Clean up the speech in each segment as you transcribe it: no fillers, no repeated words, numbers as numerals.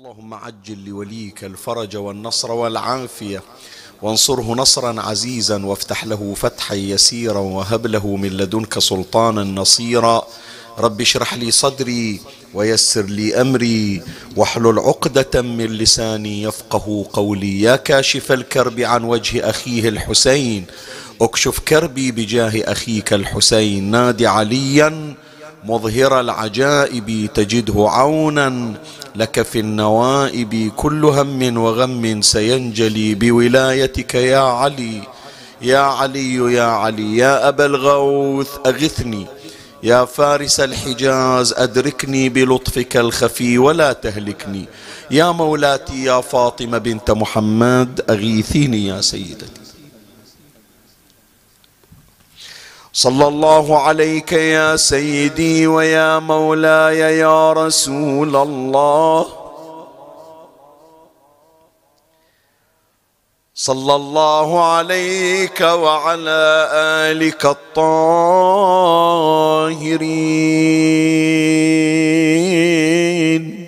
اللهم عجل لوليك الفرج والنصر والعافية، وانصره نصرا عزيزا، وافتح له فتحا يسيرا، وهب له من لدنك سلطانا نصيرا. رب اشرح لي صدري ويسر لي أمري، واحلل عقدة من لساني يفقه قولي. يا كاشف الكرب عن وجه أخيه الحسين، اكشف كربي بجاه أخيك الحسين. نادي عليا مظهر العجائب، تجده عونا لك في النوائب. كل هم وغم سينجلي بولايتك يا علي. يا علي يا علي يا أبا الغوث أغثني، يا فارس الحجاز أدركني بلطفك الخفي ولا تهلكني. يا مولاتي يا فاطمة بنت محمد أغيثيني يا سيدتي. صلى الله عليك يا سيدي ويا مولاي يا رسول الله. صلى الله عليك وعلى آلك الطاهرين.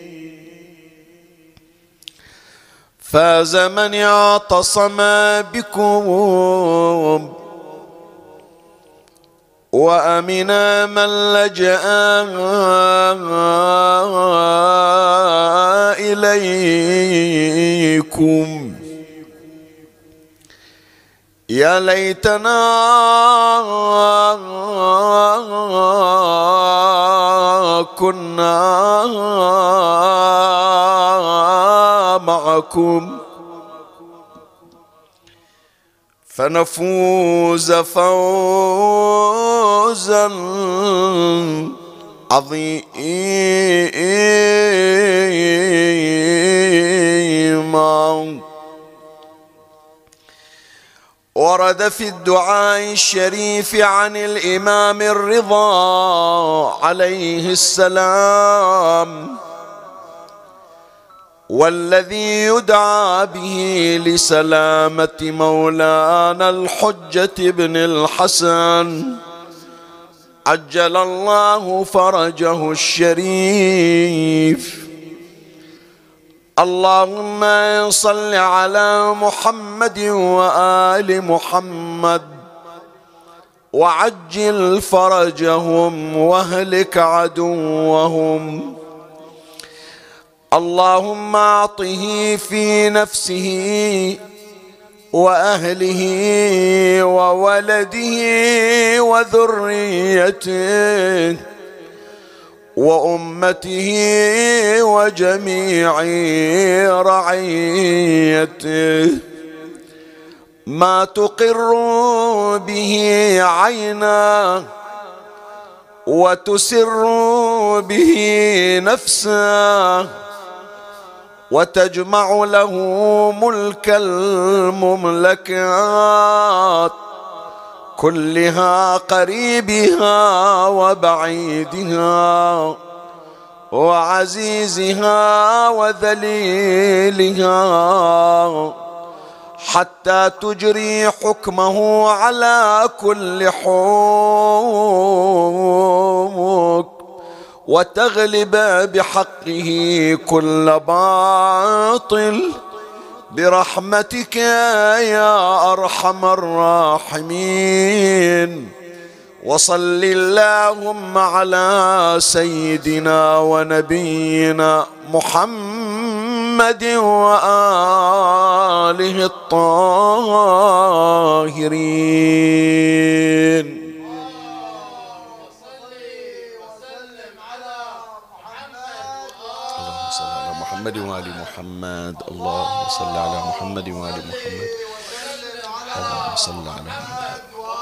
فاز من اعتصم بكم، وأمنا من لجأ إليكم. يا ليتنا كنا معكم فنفوز فوزا عظيما. ورد في الدعاء الشريف عن الإمام الرضا عليه السلام، والذي يدعى به لسلامة مولانا الحجة بن الحسن عجل الله فرجه الشريف. اللهم صل على محمد وآل محمد، وعجل فرجهم واهلك عدوهم. اللهم أعطه في نفسه وأهله وولده وذريته وأمته وجميع رعيته ما تقر به عينا وتسر به نفسا، وتجمع له ملك المملكات كلها، قريبها وبعيدها، وعزيزها وذليلها، حتى تجري حكمه على كل حكم، وتغلب بحقه كل باطل برحمتك يا أرحم الراحمين. وصل اللهم على سيدنا ونبينا محمد وآله الطاهرين. محمد وآل محمد. اللهم صل على محمد وآل محمد. اللهم صل على محمد.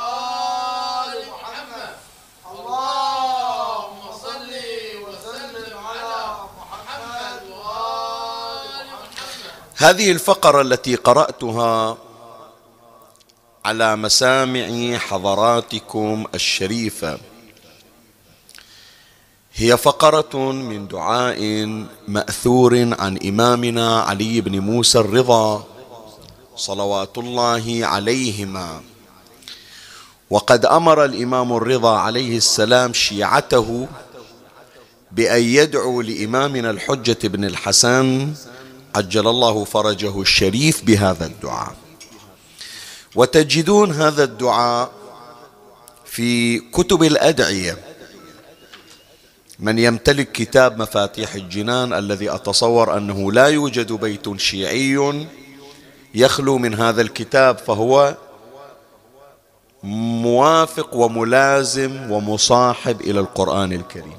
اللهم صل وسلم على محمد وآل محمد. هذه الفقرة التي قرأتها على مسامع حضراتكم الشريفة هي فقرة من دعاء مأثور عن إمامنا علي بن موسى الرضا صلوات الله عليهما. وقد أمر الإمام الرضا عليه السلام شيعته بأن يدعو لإمامنا الحجة بن الحسن عجل الله فرجه الشريف بهذا الدعاء. وتجدون هذا الدعاء في كتب الأدعية. من يمتلك كتاب مفاتيح الجنان الذي أتصور أنه لا يوجد بيت شيعي يخلو من هذا الكتاب فهو موافق وملازم ومصاحب إلى القرآن الكريم.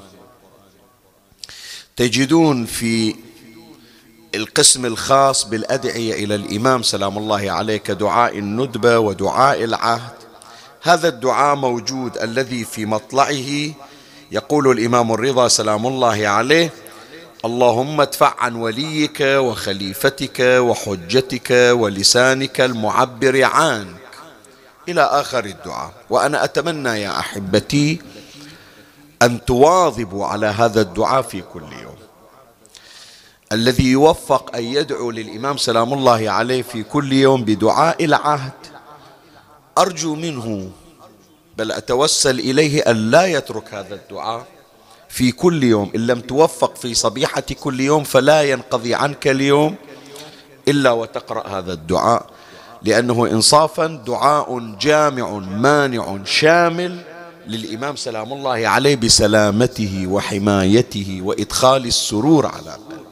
تجدون في القسم الخاص بالأدعية إلى الإمام سلام الله عليه كدعاء الندبة ودعاء العهد، هذا الدعاء موجود الذي في مطلعه يقول الإمام الرضا سلام الله عليه: اللهم ادفع عن وليك وخليفتك وحجتك ولسانك المعبر عنك، إلى آخر الدعاء. وأنا أتمنى يا أحبتي أن تواظبوا على هذا الدعاء في كل يوم. الذي يوفق أن يدعو للإمام سلام الله عليه في كل يوم بدعاء العهد أرجو منه بل أتوسل إليه أن لا يترك هذا الدعاء في كل يوم. إن لم توفق في صبيحة كل يوم فلا ينقضي عنك اليوم إلا وتقرأ هذا الدعاء، لأنه إنصافا دعاء جامع مانع شامل للإمام سلام الله عليه بسلامته وحمايته وإدخال السرور على قلبه.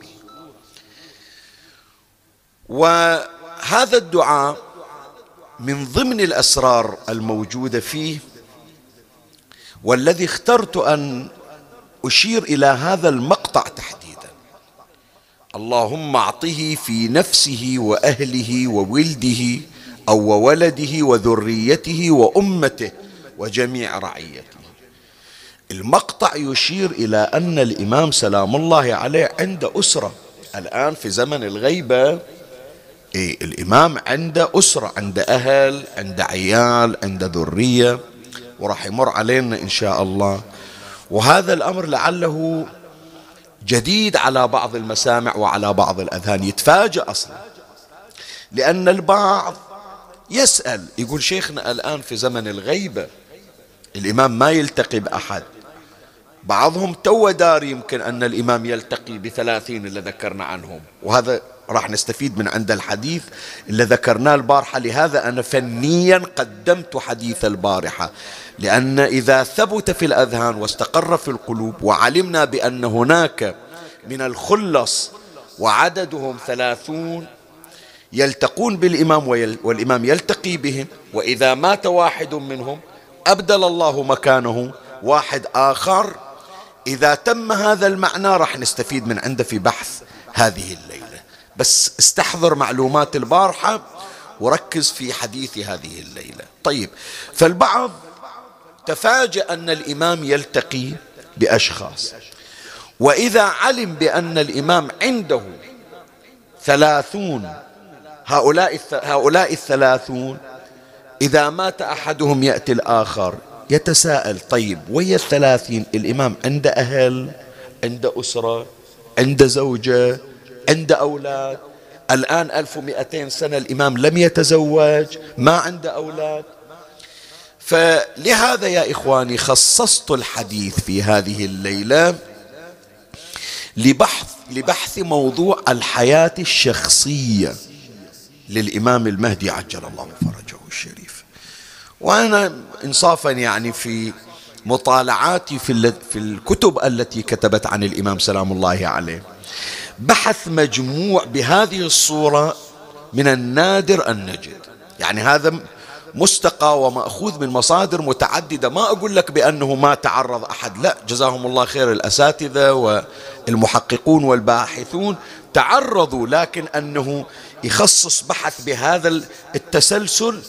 وهذا الدعاء من ضمن الأسرار الموجودة فيه، والذي اخترت أن أشير إلى هذا المقطع تحديدا: اللهم أعطه في نفسه وأهله وولده أو وولده وذريته وأمته وجميع رعيته. المقطع يشير إلى أن الإمام سلام الله عليه عنده أسرة الآن في زمن الغيبة. الإمام عنده أسرة، عنده أهل، عنده عيال، عنده ذرية، وراح يمر علينا إن شاء الله. وهذا الأمر لعله جديد على بعض المسامع وعلى بعض الأذهان، يتفاجأ أصلا، لأن البعض يسأل يقول شيخنا الآن في زمن الغيبة الإمام ما يلتقي بأحد. بعضهم تو دار يمكن أن الإمام يلتقي ب30 اللي ذكرنا عنهم، وهذا راح نستفيد من عند الحديث اللي ذكرناه البارحة. لهذا أنا فنيا قدمت حديث البارحة، لأن إذا ثبت في الأذهان واستقر في القلوب وعلمنا بأن هناك من الخلص وعددهم 30 يلتقون بالإمام والإمام يلتقي بهم، وإذا مات واحد منهم أبدل الله مكانه واحد آخر. إذا تم هذا المعنى راح نستفيد من عنده في بحث هذه الليلة. بس استحضر معلومات البارحة وركز في حديث هذه الليلة. طيب، فالبعض تفاجأ أن الإمام يلتقي بأشخاص، وإذا علم بأن الإمام عنده 30 هؤلاء 30 إذا مات أحدهم يأتي الآخر، يتساءل: طيب ويا 30 الإمام عنده أهل، عنده أسرة، عنده زوجة، عنده أولاد؟ الآن 1200 سنة الإمام لم يتزوج، ما عنده أولاد. فلهذا يا إخواني خصصت الحديث في هذه الليلة لبحث موضوع الحياة الشخصية للإمام المهدي عجل الله فرجه الشريف. وأنا إنصافا يعني في مطالعاتي في الكتب التي كتبت عن الإمام سلام الله عليه بحث مجموع بهذه الصورة من النادر أن نجد. يعني هذا مستقى ومأخوذ من مصادر متعددة، ما أقول لك بأنه ما تعرض أحد، لا، جزاهم الله خير الأساتذة والمحققون والباحثون تعرضوا، لكن أنه يخصص بحث بهذا التسلسل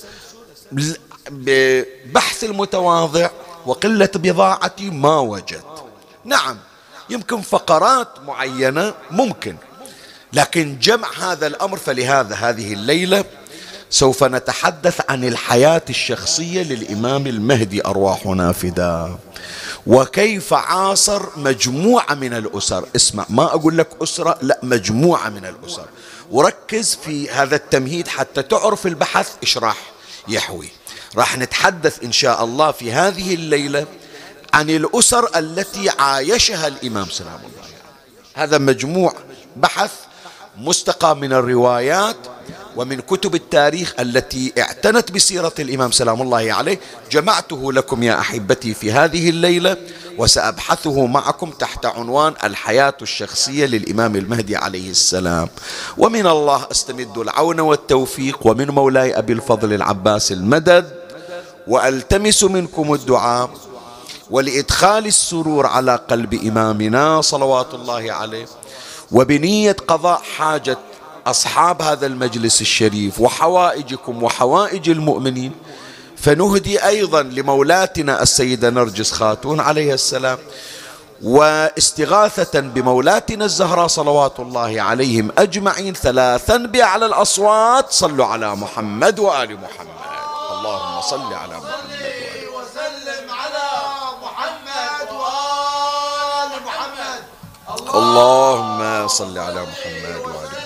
ببحث المتواضع وقلة بضاعتي ما وجد. نعم يمكن فقرات معينة ممكن، لكن جمع هذا الأمر. فلهذا هذه الليلة سوف نتحدث عن الحياة الشخصية للإمام المهدي أرواحنا فداه، وكيف عاصر مجموعة من الأسر. اسمع، ما أقول لك أسرة، لا، مجموعة من الأسر. وركز في هذا التمهيد حتى تعرف البحث إيش راح يحوي. راح نتحدث إن شاء الله في هذه الليلة عن الأسر التي عايشها الإمام سلام الله عليه. هذا مجموع بحث مستقى من الروايات ومن كتب التاريخ التي اعتنت بسيرة الإمام سلام الله عليه، جمعته لكم يا أحبتي في هذه الليلة، وسأبحثه معكم تحت عنوان الحياة الشخصية للإمام المهدي عليه السلام. ومن الله أستمد العون والتوفيق، ومن مولاي أبي الفضل العباس المدد، وألتمس منكم الدعاء ولإدخال السرور على قلب إمامنا صلوات الله عليه، وبنية قضاء حاجة أصحاب هذا المجلس الشريف وحوائجكم وحوائج المؤمنين، فنهدي أيضا لمولاتنا السيدة نرجس خاتون عليه السلام، واستغاثة بمولاتنا الزهراء صلوات الله عليهم أجمعين، 3 بأعلى الأصوات: صلوا على محمد وآل محمد. اللهم صل على محمد وسلم على محمد وآل محمد. اللهم صل على محمد وآل محمد.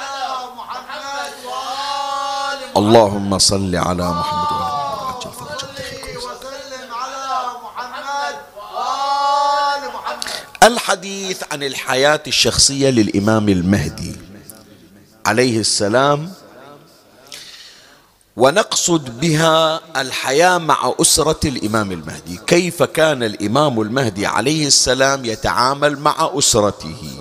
اللهم صل على محمد وآل محمد. وسلم على محمد وآل محمد. الحديث عن الحياة الشخصية للإمام المهدي عليه السلام، ونقصد بها الحياة مع أسرة الإمام المهدي. كيف كان الإمام المهدي عليه السلام يتعامل مع أسرته؟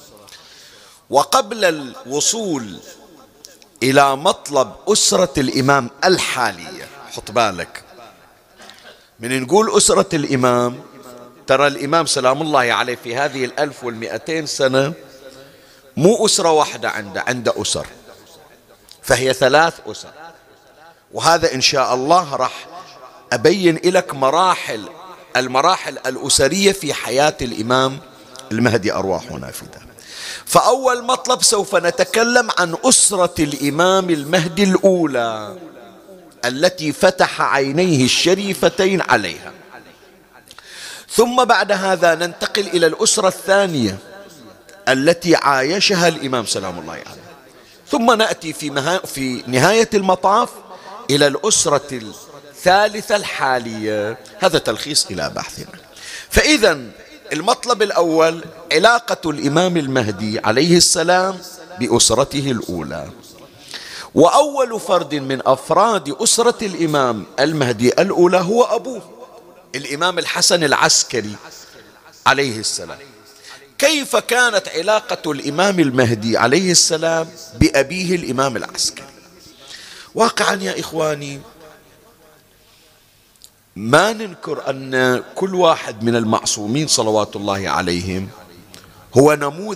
وقبل الوصول إلى مطلب أسرة الإمام الحالية، حط بالك من نقول أسرة الإمام، ترى الإمام سلام الله عليه في هذه 1200 سنة مو أسرة واحدة عنده أسر، فهي 3 أسر. وهذا إن شاء الله راح أبين لك المراحل الأسرية في حياة الإمام المهدي أرواحنا فداه. فأول مطلب سوف نتكلم عن أسرة الإمام المهدي الأولى التي فتح عينيه الشريفتين عليها، ثم بعد هذا ننتقل إلى الأسرة الثانية التي عايشها الإمام سلام الله عليه، ثم نأتي في نهاية المطاف إلى الأسرة الثالثة الحالية. هذا تلخيص إلى بحثنا. فإذا المطلب الأول علاقة الإمام المهدي عليه السلام بأسرته الأولى. وأول فرد من أفراد أسرة الإمام المهدي الأولى هو أبوه الإمام الحسن العسكري عليه السلام. كيف كانت علاقة الإمام المهدي عليه السلام بأبيه الإمام العسكري؟ واقعا يا إخواني ما ننكر أن كل واحد من المعصومين صلوات الله عليهم هو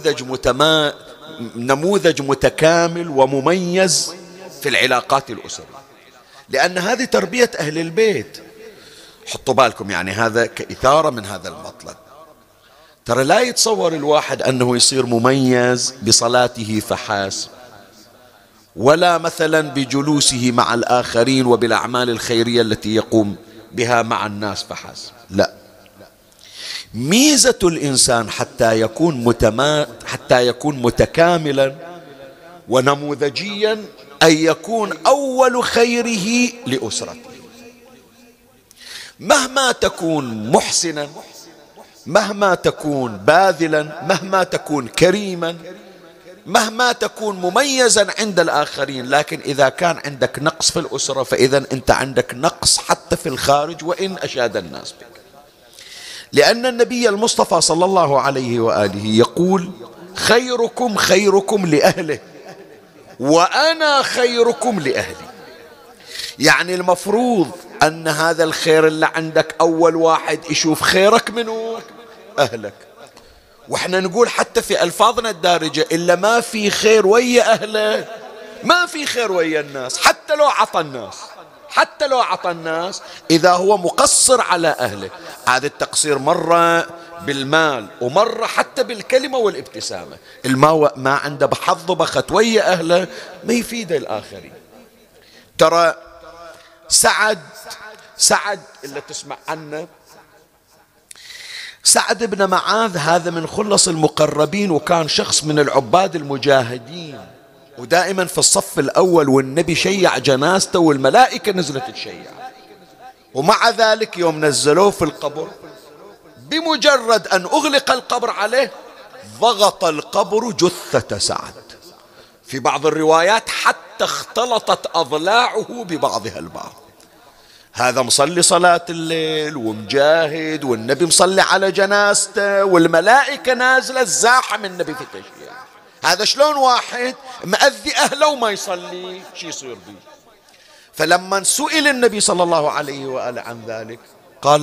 نموذج متكامل ومميز في العلاقات الأسرية، لأن هذه تربية أهل البيت. حطوا بالكم، يعني هذا كإثارة من هذا المطلب. ترى لا يتصور الواحد أنه يصير مميز بصلاته فحسب، ولا مثلا بجلوسه مع الآخرين وبالأعمال الخيرية التي يقوم بها مع الناس فحسب. لا، ميزة الإنسان حتى يكون متكاملا ونموذجيا أن يكون أول خيره لأسرته. مهما تكون محسنا، مهما تكون باذلا، مهما تكون كريما، مهما تكون مميزا عند الآخرين، لكن إذا كان عندك نقص في الأسرة فإذا أنت عندك نقص حتى في الخارج وإن أشاد الناس بك. لأن النبي المصطفى صلى الله عليه وآله يقول: خيركم خيركم لأهله وأنا خيركم لأهلي. يعني المفروض أن هذا الخير اللي عندك أول واحد يشوف خيرك منه أهلك. وإحنا نقول حتى في ألفاظنا الدارجة: إلا ما في خير ويا أهله ما في خير ويا الناس. حتى لو عطى الناس إذا هو مقصر على أهله. هذا التقصير مرة بالمال ومرة حتى بالكلمة والابتسامة. ما عنده بحظ بخت ويا أهله ما يفيد الآخرين. ترى سعد اللي تسمع عنه، سعد بن معاذ، هذا من خلص المقربين، وكان شخص من العباد المجاهدين، ودائما في الصف الأول، والنبي شيع جنازته والملائكة نزلت تشيع. ومع ذلك يوم نزلوه في القبر بمجرد أن أغلق القبر عليه ضغط القبر جثة سعد. في بعض الروايات حتى اختلطت أضلاعه ببعضها البعض. هذا مصلي صلاة الليل ومجاهد، والنبي مصلي على جنازته، والملائكة نازلة الزاحم النبي في تشييع. هذا شلون واحد مأذي أهله وما يصلي شي يصير به؟ فلما سئل النبي صلى الله عليه وآله عن ذلك قال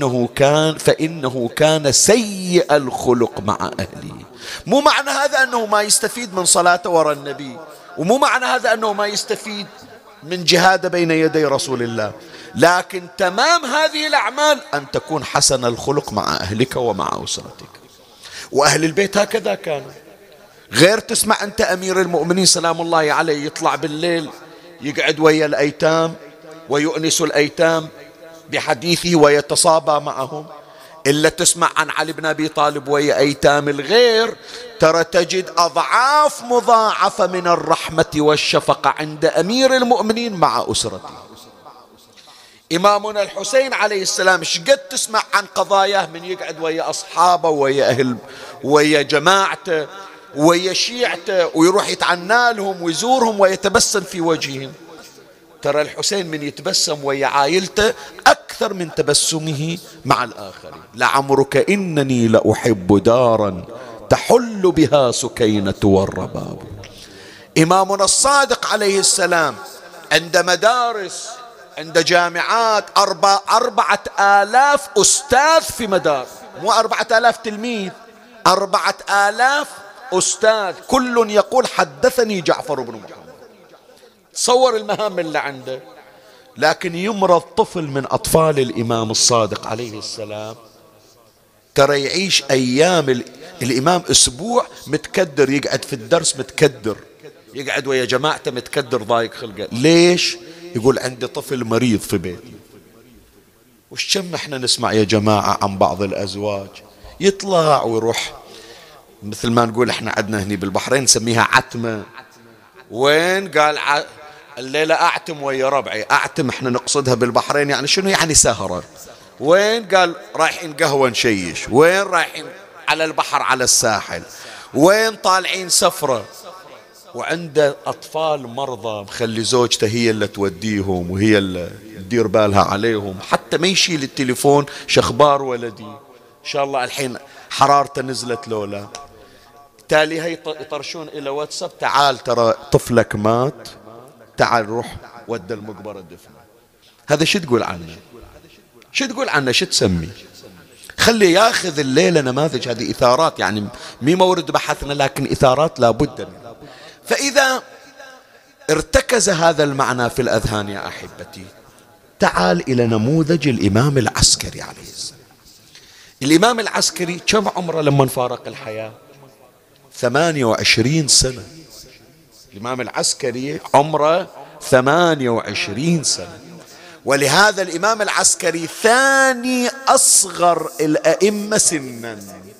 فإنه كان سيء الخلق مع أهله. مو معنى هذا أنه ما يستفيد من صلاته وراء النبي، ومو معنى هذا أنه ما يستفيد من جهاد بين يدي رسول الله، لكن تمام هذه الأعمال أن تكون حسن الخلق مع أهلك ومع أسرتك. وأهل البيت هكذا كانوا. غير تسمع أنت أمير المؤمنين سلام الله عليه يطلع بالليل يقعد ويا الأيتام ويؤنس الأيتام بحديثه ويتصابى معهم، إلا تسمع عن علي بن أبي طالب ويا أيتام الغير، ترى تجد أضعاف مضاعفة من الرحمة والشفقة عند أمير المؤمنين مع أسرته. إمامنا الحسين عليه السلام شقد تسمع عن قضاياه من يقعد ويا أصحابه ويا جماعته ويا شيعته ويروح يتعنى لهم ويزورهم ويتبسم في وجههم. ترى الحسين من يتبسم ويا عائلته أكثر من تبسمه مع الآخرين. لعمرك إنني لأحب دارا تحل بها سكينة والرباب. إمامنا الصادق عليه السلام عند مدارس، عند جامعات، 4000 أستاذ في مدار، مو 4000 تلميذ، 4000 أستاذ، كل يقول حدثني جعفر بن محمد. تصور المهام اللي عنده. لكن يمرض طفل من أطفال الإمام الصادق عليه السلام، ترى يعيش أيام الإمام أسبوع متكدر، يقعد في الدرس متكدر، يقعد ويا جماعته متكدر ضايق خلقه. ليش؟ يقول عندي طفل مريض في بيتي. وش كم احنا نسمع يا جماعة عن بعض الأزواج يطلع ويروح، مثل ما نقول احنا عندنا هني بالبحرين نسميها عتمة. وين؟ قال الليلة أعتم ويا ربعي. أعتم احنا نقصدها بالبحرين يعني شنو؟ يعني سهرة. وين؟ قال رايحين قهوة نشيش. وين؟ رايحين على البحر على الساحل. وين؟ طالعين سفرة. وعنده أطفال مرضى مخلي زوجته هي اللي توديهم وهي اللي تدير بالها عليهم، حتى ما يشيل التليفون شخبار ولدي إن شاء الله الحين حرارته نزلت لولا، تالي هي يطرشون إلى واتساب تعال ترى طفلك مات، تعال روح ود المقبرة دفنه. هذا شو تقول عنه؟ شو تقول عنه؟ شو تسمي؟ خلي ياخذ الليلة نماذج. هذه إثارات يعني مي مورد بحثنا، لكن إثارات لابد منها. فإذا ارتكز هذا المعنى في الأذهان يا أحبتي، تعال إلى نموذج الإمام العسكري عليه السلام. الإمام العسكري كم عمره لما فارق الحياة؟ 28 سنة. الإمام العسكري عمره 28 سنة. ولهذا الإمام العسكري ثاني أصغر الأئمة سنا.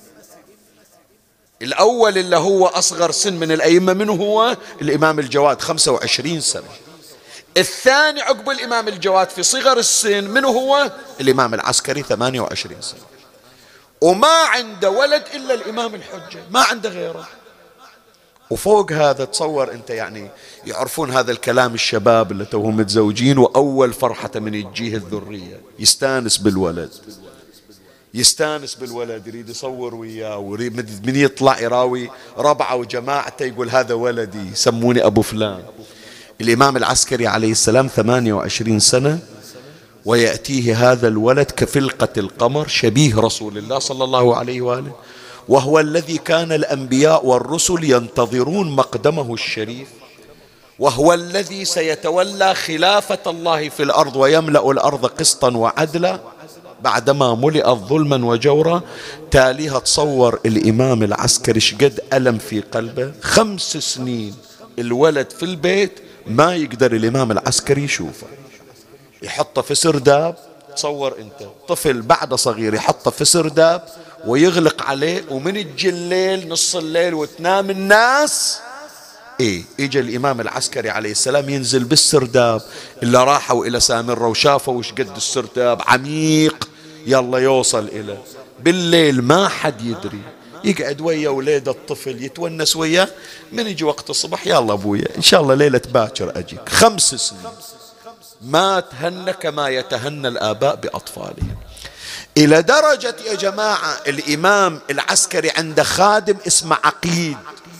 الأول اللي هو أصغر سن من الأئمة منه هو الإمام الجواد 25 سنة. الثاني عقب الإمام الجواد في صغر السن منه هو الإمام العسكري 28 سنة. وما عنده ولد إلا الإمام الحجة، ما عنده غيره. وفوق هذا تصور أنت يعني يعرفون هذا الكلام الشباب اللي توهم متزوجين وأول فرحة من يجيه الذرية يستانس بالولد، يستانس بالولد، يريد يصور وياه، ويريد من يطلع يراوي ربعه وجماعته يقول هذا ولدي سموني أبو فلان. الإمام العسكري عليه السلام 28 سنة ويأتيه هذا الولد كفلقة القمر شبيه رسول الله صلى الله عليه وآله، وهو الذي كان الأنبياء والرسل ينتظرون مقدمه الشريف، وهو الذي سيتولى خلافة الله في الأرض ويملأ الأرض قسطا وعدلا بعدما ملئت ظلما وجورا. تاليها تصور الإمام العسكري شقد ألم في قلبه. 5 سنين الولد في البيت ما يقدر الإمام العسكري يشوفه، يحطه في سرداب. تصور أنت طفل بعد صغير يحطه في سرداب ويغلق عليه، ومن تجي الليل نص الليل وتنام الناس اجى الإمام العسكري عليه السلام ينزل بالسرداب. إلا راحوا إلى سامرة وشافوا وش قد السرداب عميق، يلا يوصل إلى بالليل ما حد يدري، يقعد ويا ولاد الطفل يتونس وياه، من يجي وقت الصبح يلا أبويا إن شاء الله ليلة باكر أجيك. 5 سنين ما تهنى كما يتهنى الآباء بأطفالهم. إلى درجة يا جماعة الإمام العسكري عنده خادم اسمه عقيد،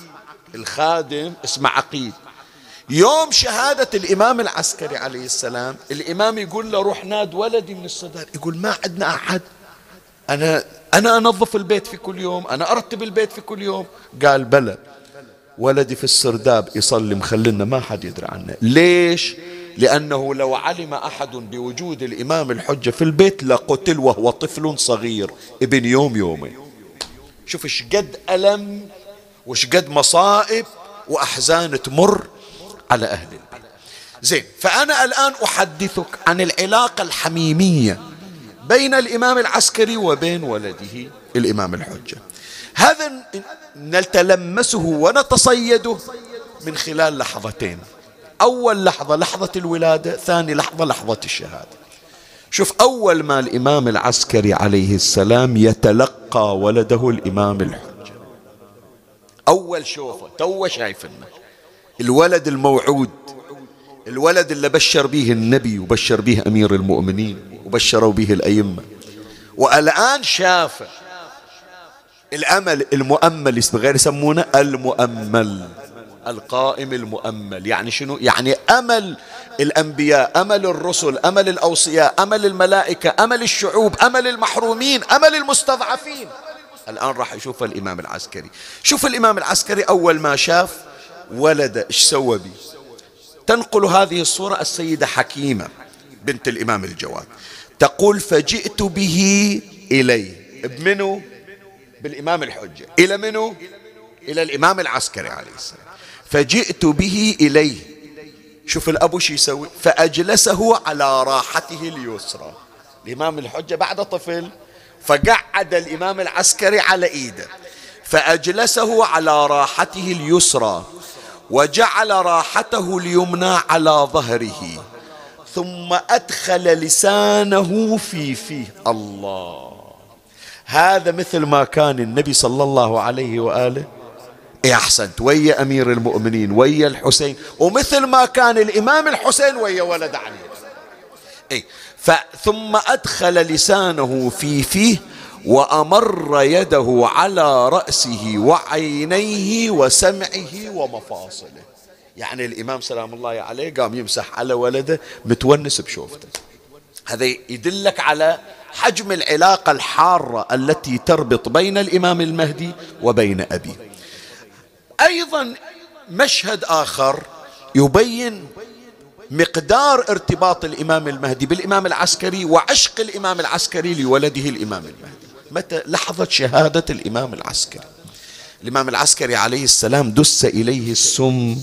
الخادم اسمه عقيد. يوم شهادة الإمام العسكري عليه السلام الإمام يقول له روح ناد ولدي من الصدر، يقول ما عندنا أحد، أنا أنظف البيت في كل يوم، أنا أرتب البيت في كل يوم. قال بلى، ولدي في السرداب يصلي مخلنا ما حد يدري عنه. ليش؟ لأنه لو علم أحد بوجود الإمام الحجة في البيت لقتل وهو طفل صغير ابن يوم يومين. شوف ايش قد ألم وايش قد مصائب وأحزان تمر على أهل البيت. زين، فأنا الآن أحدثك عن العلاقة الحميمية بين الإمام العسكري وبين ولده الإمام الحجة. هذا نتلمسه ونتصيده من خلال لحظتين. أول لحظة لحظة الولادة، ثاني لحظة لحظة الشهادة. شوف، أول ما الإمام العسكري عليه السلام يتلقى ولده الإمام الحجة، أول شوفه تو شايفنا الولد الموعود، الولد اللي بشر به النبي وبشر به أمير المؤمنين وبشروا به الأئمة، والآن شافه الأمل المؤمل، غير يسمونه المؤمل، القائم المؤمل. يعني شنو؟ يعني أمل الأنبياء، أمل الرسل، أمل الأوصياء، أمل الملائكة، أمل الشعوب، أمل المحرومين، أمل المستضعفين. الآن راح يشوف الإمام العسكري. شوف الإمام العسكري أول ما شاف ولده إيش سوى به. تنقل هذه الصورة السيدة حكيمة بنت الإمام الجواد، تقول فجئت به إليه. بمنو؟ بالإمام الحجة. إلى منو؟ إلى الإمام العسكري عليه السلام. فجئت به إليه. شوف الأبو شو يسوي؟ فأجلسه على راحته اليسرى. الإمام الحجة بعد طفل، فقعد الإمام العسكري على إيده، فأجلسه على راحته اليسرى وجعل راحته اليمنى على ظهره، ثم أدخل لسانه في فيه. الله، هذا مثل ما كان النبي صلى الله عليه وآله. إيه أحسنت، ويا أمير المؤمنين ويا الحسين، ومثل ما كان الإمام الحسين ويا ولد علي. إيه، ثم أدخل لسانه في فيه وأمر يده على رأسه وعينيه وسمعه ومفاصله. يعني الإمام سلام الله عليه قام يمسح على ولده متونس بشوفته. هذا يدلك على حجم العلاقة الحارة التي تربط بين الإمام المهدي وبين أبيه. أيضا مشهد آخر يبين مقدار ارتباط الإمام المهدي بالإمام العسكري وعشق الإمام العسكري لولده الإمام المهدي. متى؟ لحظة شهادة الإمام العسكري. الإمام العسكري عليه السلام دس إليه السم،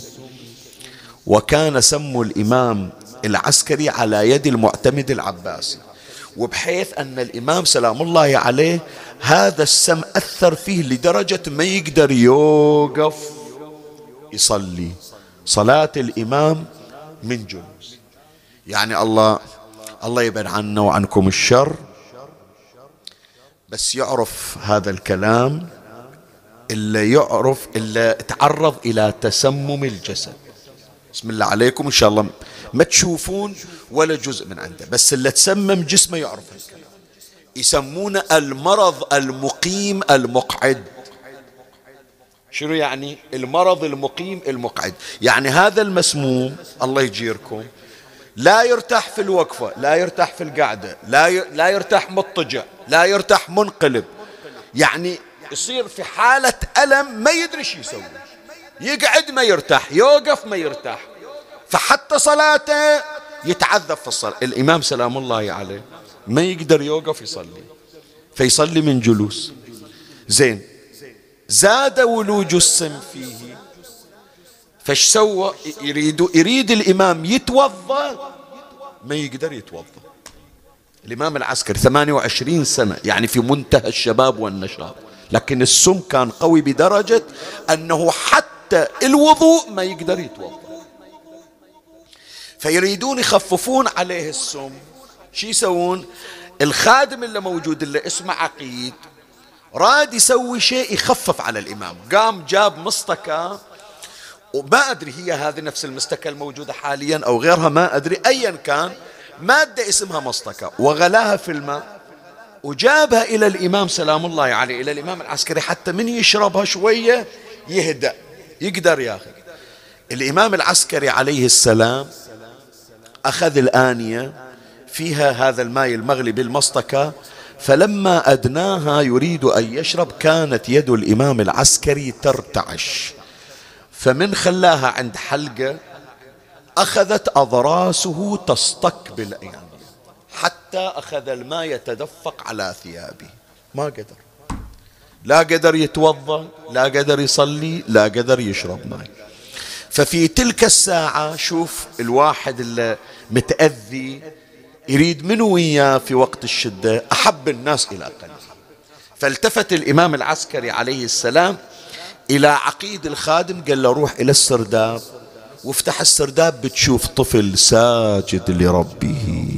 وكان سم الإمام العسكري على يد المعتمد العباسي، وبحيث أن الإمام سلام الله عليه هذا السم أثر فيه لدرجة ما يقدر يوقف يصلي صلاة الإمام من جلوس. يعني الله يبعد عنا وعنكم الشر، بس يعرف هذا الكلام اللي تعرض إلى تسمم الجسد. بسم الله عليكم إن شاء الله ما تشوفون ولا جزء من عنده، بس اللي تسمم جسمه يعرف هالكلام. يسمونه المرض المقيم المقعد. شنو يعني المرض المقيم المقعد؟ يعني هذا المسموم الله يجيركم لا يرتاح في الوقفة، لا يرتاح في القعدة، لا يرتاح مضطجع، لا يرتاح منقلب. يعني يصير في حالة ألم ما يدري شو يسوي، يقعد ما يرتاح، يوقف ما يرتاح، فحتى صلاته يتعذب في الصلاة. الإمام سلام الله عليه ما يقدر يوقف يصلي، فيصلي من جلوس. زين، زاد ولوج السم فيه، فايش سوى؟ يريد الإمام يتوضأ، ما يقدر يتوضأ. الإمام العسكري 28 سنة، يعني في منتهى الشباب والنشاط، لكن السم كان قوي بدرجة أنه حتى الوضوء ما يقدر يتوضأ. فيريدون يخففون عليه السم، شو يسوون؟ الخادم اللي موجود اللي اسمه عقيد راد يسوي شيء يخفف على الإمام، قام جاب مصطكة، وما أدري هي هذه نفس المستكة الموجودة حاليا أو غيرها، ما أدري أيا كان، مادة اسمها مصطكة، وغلاها في الماء وجابها إلى الإمام سلام الله عليه، إلى الإمام العسكري، حتى من يشربها شوية يهدأ يقدر ياخذ. الإمام العسكري عليه السلام أخذ الآنية فيها هذا الماء المغلي بالمصطكة، فلما أدناها يريد أن يشرب كانت يد الإمام العسكري ترتعش، فمن خلاها عند حلقة أخذت أضراسه تستقبل يعني، حتى أخذ الماء يتدفق على ثيابه، ما قدر، لا قدر يتوضأ، لا قدر يصلي، لا قدر يشرب ماء. ففي تلك الساعة شوف الواحد اللي متأذي يريد منه وياه في وقت الشدة أحب الناس إلى قلبه. فالتفت الإمام العسكري عليه السلام إلى عقيد الخادم، قال له روح إلى السرداب وافتح السرداب، بتشوف طفل ساجد لربه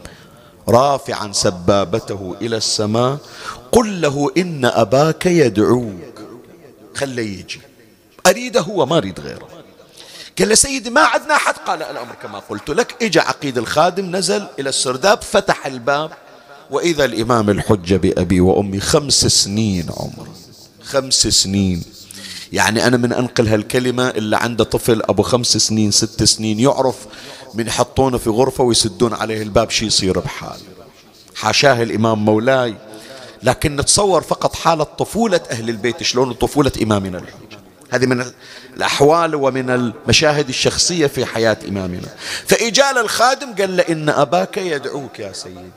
رافعا سبابته إلى السماء، قل له إن أباك يدعوك، خليه يجي، أريده هو ما أريد غيره. قال له سيدي ما عدنا أحد، قال الأمر كما قلت لك. إجا عقيد الخادم نزل إلى السرداب، فتح الباب، وإذا الإمام الحجة بأبي وأمي 5 سنين عمر، 5 سنين. يعني أنا من أنقل هالكلمة اللي عنده طفل أبو 5 سنين 6 سنين يعرف من يحطونه في غرفة ويسدون عليه الباب شي يصير بحال، حاشاه الإمام مولاي، لكن نتصور فقط حالة طفولة أهل البيت شلون طفولة إمامنا الحجة. هذه من الأحوال ومن المشاهد الشخصية في حياة إمامنا. فإجال الخادم قال له إن أباك يدعوك يا سيدي.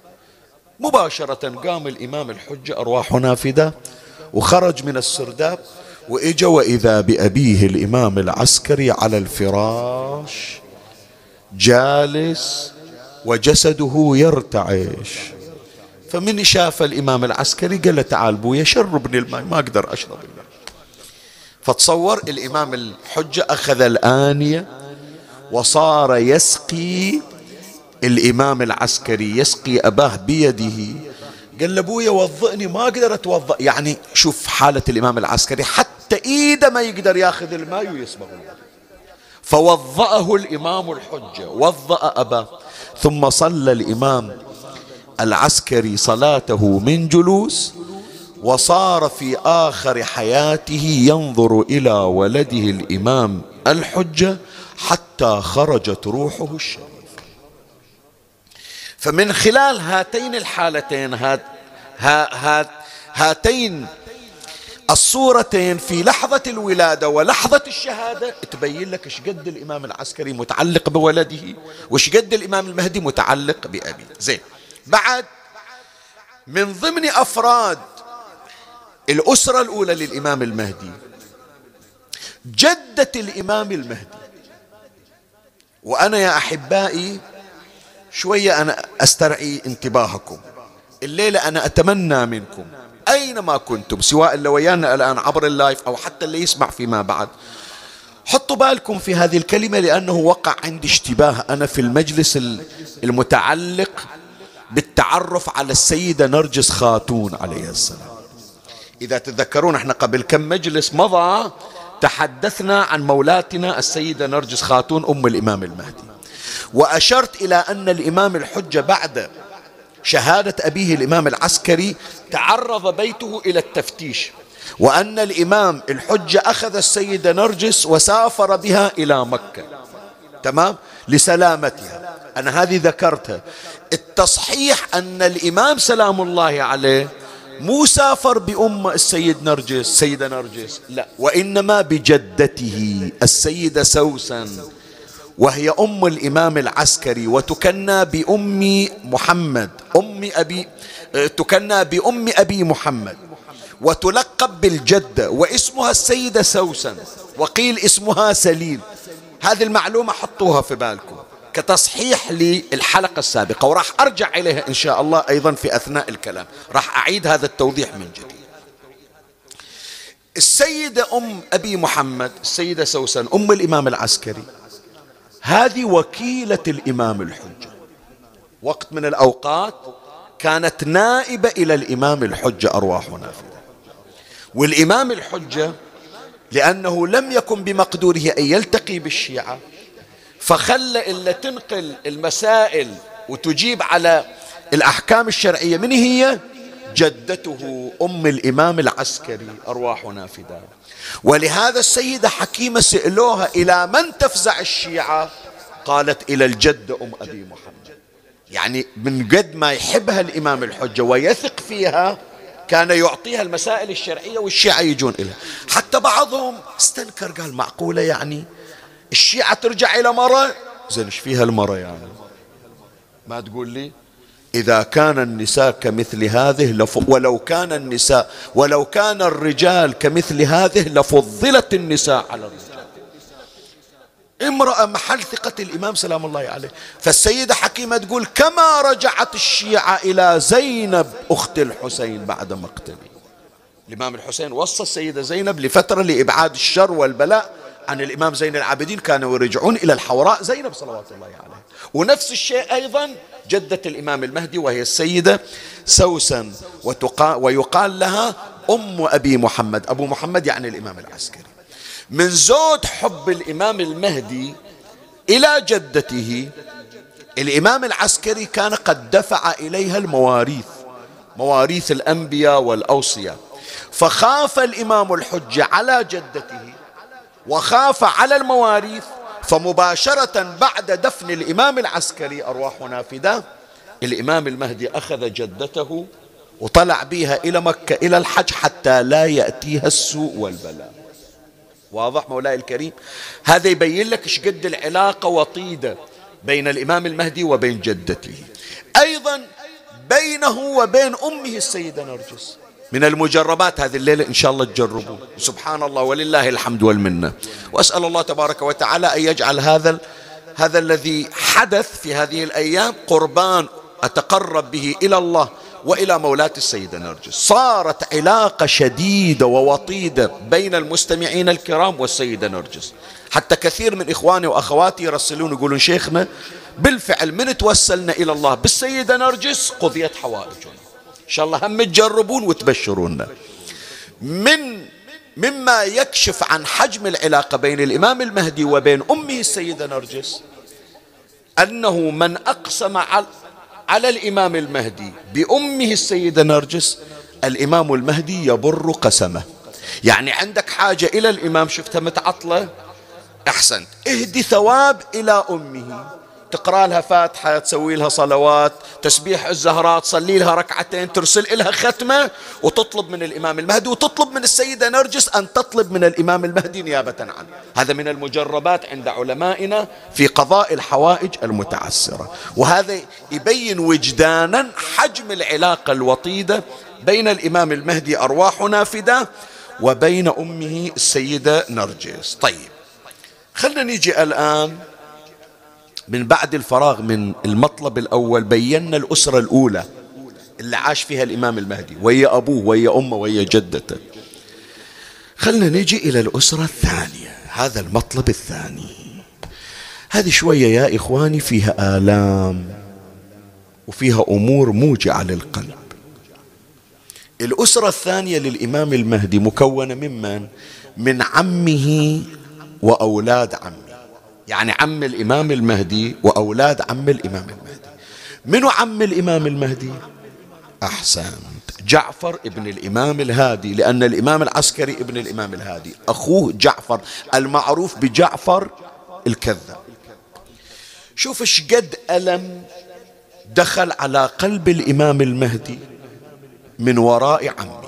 مباشرة قام الإمام الحجة أرواح نافذة وخرج من السرداب، وإجا وإذا بأبيه الإمام العسكري على الفراش جالس وجسده يرتعش. فمن شاف الإمام العسكري قال له تعال بويا شربني الماء، ما أقدر أشرب الماء. فتصور الإمام الحجة أخذ الآنية وصار يسقي الإمام العسكري، يسقي أباه بيده. قال له أبويا وضئني، ما أقدر أتوضأ. يعني شوف حالة الإمام العسكري، حتى إيده ما يقدر ياخذ الماء ويصبغ الماء. فوضأه الإمام الحجة، وضأ أباه، ثم صلى الإمام العسكري صلاته من جلوس، وصار في آخر حياته ينظر إلى ولده الإمام الحجة حتى خرجت روحه الشريفة. فمن خلال هاتين الحالتين هاتين الصورتين في لحظة الولادة ولحظة الشهادة تبين لك ايش قد الإمام العسكري متعلق بولده وايش قد الإمام المهدي متعلق بأبيه. زين، بعد من ضمن أفراد الأسرة الأولى للإمام المهدي جدة الإمام المهدي. وأنا يا أحبائي شوية أنا أسترعي انتباهكم الليلة، أنا أتمنى منكم أينما كنتم، سواء اللي ويانا الآن عبر اللايف أو حتى اللي يسمع فيما بعد، حطوا بالكم في هذه الكلمة، لأنه وقع عندي اشتباه أنا في المجلس المتعلق بالتعرف على السيدة نرجس خاتون عليه السلام. إذا تتذكرون احنا قبل كم مجلس مضى تحدثنا عن مولاتنا السيدة نرجس خاتون أم الإمام المهدي، وأشرت إلى أن الإمام الحجة بعد شهادة أبيه الإمام العسكري تعرض بيته إلى التفتيش، وأن الإمام الحجة أخذ السيدة نرجس وسافر بها إلى مكة، تمام، لسلامتها. أنا هذه ذكرتها. التصحيح أن الإمام سلام الله عليه مو سافر بأم السيدة نرجس، لا، وإنما بجدته السيدة سوسن، وهي أم الإمام العسكري، وتكنى بأم محمد، تكنى بأم أبي محمد، وتلقب بالجدة، واسمها السيدة سوسن، وقيل اسمها سليل. هذه المعلومة حطوها في بالكم كتصحيح للحلقة السابقة، وراح أرجع إليها إن شاء الله أيضا في أثناء الكلام، راح أعيد هذا التوضيح من جديد. السيدة أم أبي محمد السيدة سوسن أم الإمام العسكري، هذه وكيلة الإمام الحجة. وقت من الأوقات كانت نائبة إلى الإمام الحجة أرواح نافذة. والإمام الحجة لأنه لم يكن بمقدوره أن يلتقي بالشيعة، فخلى إلا تنقل المسائل وتجيب على الأحكام الشرعية من هي جدته أم الإمام العسكري أرواح نافذة. ولهذا السيدة حكيمة سألوها إلى من تفزع الشيعة؟ قالت إلى الجد أم أبي محمد. يعني من قد ما يحبها الإمام الحجة ويثق فيها كان يعطيها المسائل الشرعية والشيعة يجون إليها. حتى بعضهم استنكر قال معقولة يعني الشيعة ترجع إلى مرة؟ زين ايش فيها المرة يعني؟ ما تقول لي إذا كان النساء كمثل هذه ولو كان الرجال كمثل هذه لفضلت النساء على الرجال. امرأة محل ثقة الإمام سلام الله عليه. فالسيدة حكيمة تقول كما رجعت الشيعة إلى زينب أخت الحسين بعد مقتله. الإمام الحسين وصى السيدة زينب لفترة لإبعاد الشر والبلاء عن الإمام زين العابدين، كانوا يرجعون إلى الحوراء زينب صلوات الله عليه. ونفس الشيء أيضا جدة الإمام المهدي وهي السيدة سوسن، ويقال لها أم أبي محمد. أبو محمد يعني الإمام العسكري. من زود حب الإمام المهدي إلى جدته الإمام العسكري كان قد دفع إليها مواريث الأنبياء والأوصياء، فخاف الإمام الحجة على جدته وخاف على المواريث، فمباشرة بعد دفن الإمام العسكري أرواح نافذة الإمام المهدي أخذ جدته وطلع بها إلى مكة إلى الحج حتى لا يأتيها السوء والبلاء. واضح مولاي الكريم؟ هذا يبين لك ايش قد العلاقة وطيدة بين الإمام المهدي وبين جدته. أيضا بينه وبين أمه السيدة نرجس من المجربات هذه الليلة إن شاء الله تجربوا. سبحان الله ولله الحمد والمنة. وأسأل الله تبارك وتعالى أن يجعل هذا الذي حدث في هذه الأيام قربان أتقرب به إلى الله وإلى مولاة السيدة نرجس. صارت علاقة شديدة ووطيدة بين المستمعين الكرام والسيدة نرجس، حتى كثير من إخواني وأخواتي يرسلون يقولون شيخنا بالفعل من توسلنا إلى الله بالسيدة نرجس قضيت حوائجنا. إن شاء الله هم تجربون وتبشرونا. مما يكشف عن حجم العلاقة بين الإمام المهدي وبين أمه السيدة نرجس أنه من أقسم على الإمام المهدي بأمه السيدة نرجس الإمام المهدي يبر قسمه. يعني عندك حاجة إلى الإمام شفتها متعطلة أحسنت اهدي ثواب إلى أمه، تقرأ لها فاتحة، تسوي لها صلوات، تسبيح الزهراء، تصلي لها ركعتين، ترسل لها ختمة، وتطلب من الإمام المهدي وتطلب من السيدة نرجس أن تطلب من الإمام المهدي نيابة عنه. هذا من المجربات عند علمائنا في قضاء الحوائج المتعسرة. وهذا يبين وجدانا حجم العلاقة الوطيدة بين الإمام المهدي أرواح نافذة وبين أمه السيدة نرجس. طيب خلنا نيجي الآن من بعد الفراغ من المطلب الأول بينا الأسرة الأولى اللي عاش فيها الإمام المهدي وهي أبوه وهي أمه وهي جدته. خلنا نيجي إلى الأسرة الثانية، هذا المطلب الثاني. هذه شوية يا إخواني فيها آلام وفيها أمور موجعة للقلب. الأسرة الثانية للإمام المهدي مكونة من عمه وأولاد عمه، يعني عم الإمام المهدي وأولاد عم الإمام المهدي. منو عم الإمام المهدي؟ أحسنت، جعفر ابن الإمام الهادي، لأن الإمام العسكري ابن الإمام الهادي، أخوه جعفر المعروف بجعفر الكذاب. شوف ايش قد ألم دخل على قلب الإمام المهدي من وراء عمه.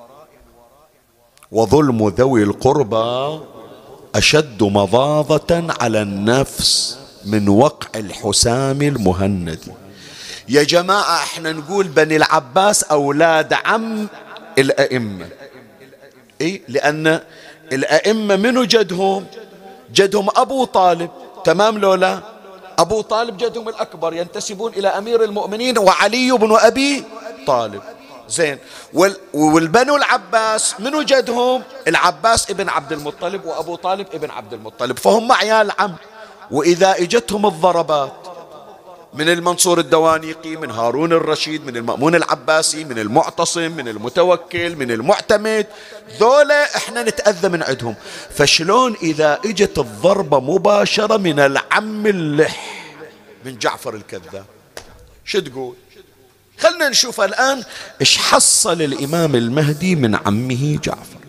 وظلم ذوي القربى أشد مضاضة على النفس من وقع الحسام المهندي. يا جماعة احنا نقول بني العباس أولاد عم الأئمة، إيه؟ لأن الأئمة منو جدهم أبو طالب، تمام لولا أبو طالب جدهم الأكبر، ينتسبون إلى أمير المؤمنين وعلي بن أبي طالب. زين، والبنو العباس منو جدهم؟ العباس ابن عبد المطلب وأبو طالب ابن عبد المطلب، فهم عيال عم. وإذا اجتهم الضربات من المنصور الدوانيقي، من هارون الرشيد، من المأمون العباسي، من المعتصم، من المتوكل، من المعتمد، ذولا احنا نتأذى من عندهم. فشلون إذا اجت الضربة مباشرة من العم اللح، من جعفر الكذاب، شو تقول؟ خلنا نشوف الآن إيش حصل الإمام المهدي من عمه جعفر.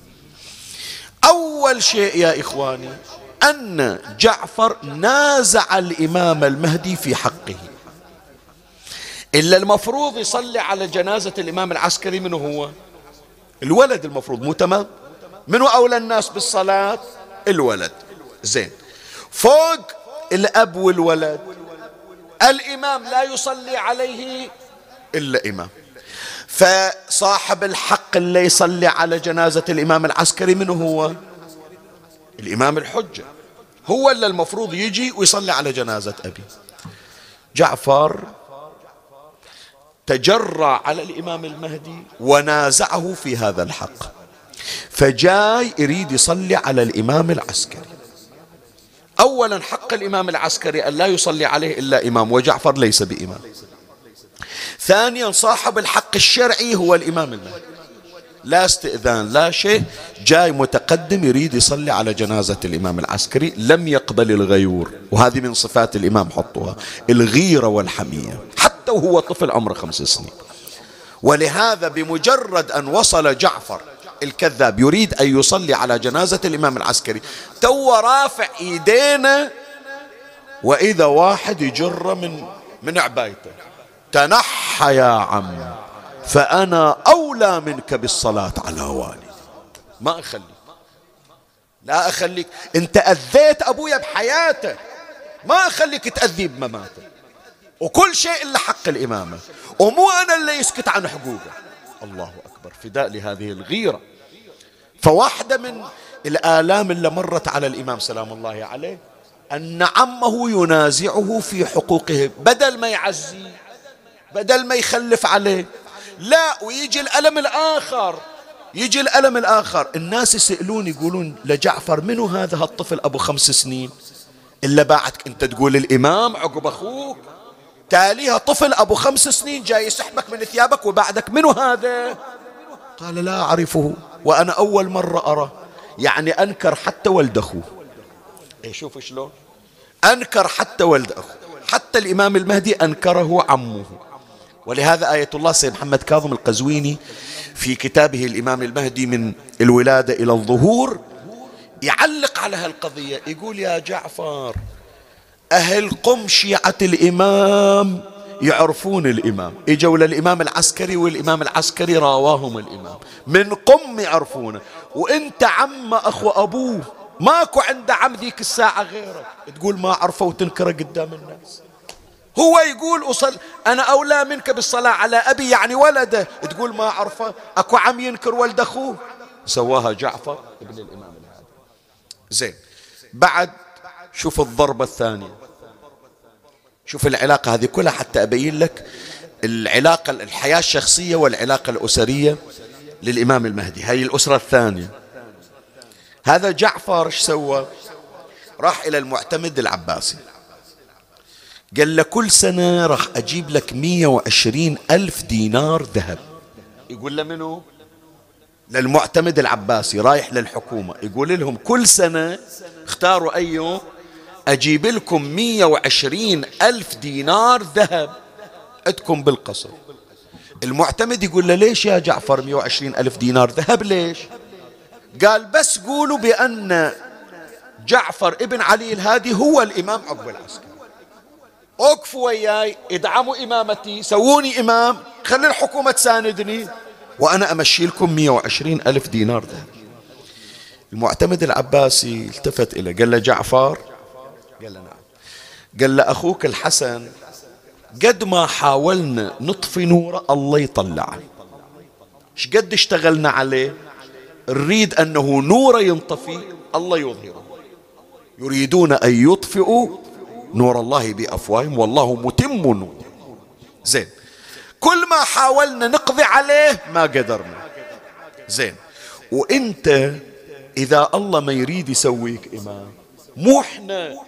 أول شيء يا إخواني أن جعفر نازع الإمام المهدي في حقه. إلا المفروض يصلي على جنازة الإمام العسكري منه هو الولد، المفروض مو تمام؟ منو أولى الناس بالصلاة؟ الولد. زين، فوق الأب والولد الإمام لا يصلي عليه إلا إمام، فصاحب الحق اللي يصلي على جنازة الإمام العسكري منه هو الإمام الحجة، هو اللي المفروض يجي ويصلي على جنازة أبي. جعفر تجرأ على الإمام المهدي ونازعه في هذا الحق، فجاي يريد يصلي على الإمام العسكري. أولا حق الإمام العسكري أن لا يصلي عليه إلا إمام، وجعفر ليس بإمام. ثانيا صاحب الحق الشرعي هو الإمام المهدي، لا استئذان لا شيء، جاي متقدم يريد يصلي على جنازة الإمام العسكري، لم يقبل الغيور. وهذه من صفات الإمام، حطوها، الغيرة والحمية، حتى وهو طفل عمره 5 سنين. ولهذا بمجرد أن وصل جعفر الكذاب يريد أن يصلي على جنازة الإمام العسكري، تو رافع إيدينا، وإذا واحد يجر من عبايته، تنحى يا عم فأنا أولى منك بالصلاة على والدي، ما أخليك، لا أخليك، أنت أذيت أبويا بحياته، ما أخليك تأذي بمماته، وكل شيء إلا حق الإمامة، ومو أنا اللي يسكت عن حقوقه. الله أكبر، فداء لهذه الغيرة. فواحدة من الآلام اللي مرت على الإمام سلام الله عليه أن عمه ينازعه في حقوقه، بدل ما يعزي، بدل ما يخلف عليه، لا، ويجي الألم الآخر، يجي الألم الآخر. الناس يسألون يقولون لجعفر منو هذا الطفل أبو 5 سنين إلا بعدك أنت تقول الإمام عقب أخوك، تاليها طفل أبو 5 سنين جاي يسحبك من ثيابك وبعدك منو هذا؟ قال لا أعرفه وأنا أول مرة أرى. يعني أنكر حتى ولد أخوه. شوف شلون أنكر حتى ولد أخوه، حتى الإمام المهدي أنكره عمه. ولهذا آية الله سيد محمد كاظم القزويني في كتابه الإمام المهدي من الولادة إلى الظهور يعلق على هالقضية، يقول يا جعفر أهل قم شيعة الإمام يعرفون الإمام، إجوا للإمام العسكري والإمام العسكري راواهم الإمام، من قم يعرفونه، وإنت عم أخو أبوه ماكو عنده عم ذيك الساعة غيرك، تقول ما عرفه وتنكره قدام الناس. هو يقول أنا أولى منك بالصلاة على أبي، يعني ولده، تقول ما عرفه، أكو عم ينكر ولد أخوه. سواها جعفر ابن الإمام الهادي. زين، بعد شوف الضربة الثانية، شوف العلاقة هذه كلها حتى أبين لك العلاقة، الحياة الشخصية والعلاقة الأسرية للإمام المهدي. هاي الأسرة الثانية. هذا جعفر ايش سوى؟ راح إلى المعتمد العباسي، قال له كل سنة راح أجيب لك 120,000 دينار ذهب. يقول له منو؟ للمعتمد العباسي، رايح للحكومة، يقول لهم كل سنة اختاروا أي يوم أجيب لكم 120,000 دينار ذهب عندكم بالقصر. المعتمد يقول له ليش يا جعفر 120,000 دينار ذهب ليش؟ قال بس قولوا بأن جعفر ابن علي الهادي هو الإمام عقب العسكري، اوقفوا وياي، ادعموا إمامتي، سووني إمام، خلي الحكومة تساندني، وأنا أمشي لكم 120,000 دينار ذهب. المعتمد العباسي التفت إليه قال له جعفر؟ قال له نعم. قال له أخوك الحسن قد ما حاولنا نطفي نوره الله يطلعه، ايش قد اشتغلنا عليه، نريد أنه نوره ينطفي الله يظهره، يريدون أن يطفئوا نور الله بأفواههم والله متم نور. زين، كل ما حاولنا نقضي عليه ما قدرنا. زين، وانت إذا الله ما يريد يسويك إمام، مو احنا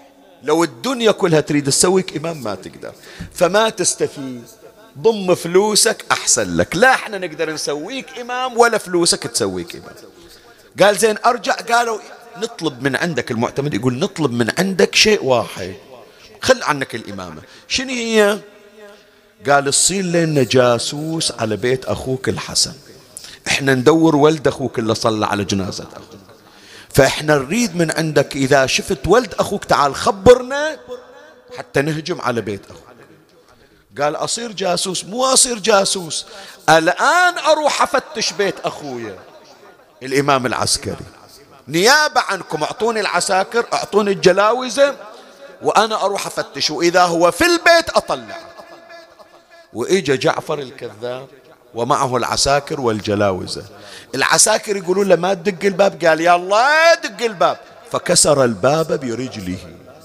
لو الدنيا كلها تريد تسويك إمام ما تقدر، فما تستفيد. ضم فلوسك أحسن لك، لا احنا نقدر نسويك إمام ولا فلوسك تسويك إمام. قال زين أرجع، قالوا نطلب من عندك، المعتمد يقول نطلب من عندك شيء واحد، خل عنك الإمامة. شنو هي؟ قال تصير لنا جاسوس على بيت أخوك الحسن، احنا ندور ولد أخوك اللي صلى على جنازة أخوك، فاحنا نريد من عندك إذا شفت ولد أخوك تعال خبرنا حتى نهجم على بيت أخوك. قال أصير جاسوس؟ مو أصير جاسوس، الآن أروح أفتش بيت أخويا الإمام العسكري، نيابة عنكم أعطوني العساكر، أعطوني الجلاوزة، وأنا أروح أفتش، وإذا هو في البيت أطلع. وإجا جعفر الكذاب ومعه العساكر والجلاوزة. العساكر يقولون له ما تدق الباب، قال يا الله دق الباب، فكسر الباب برجله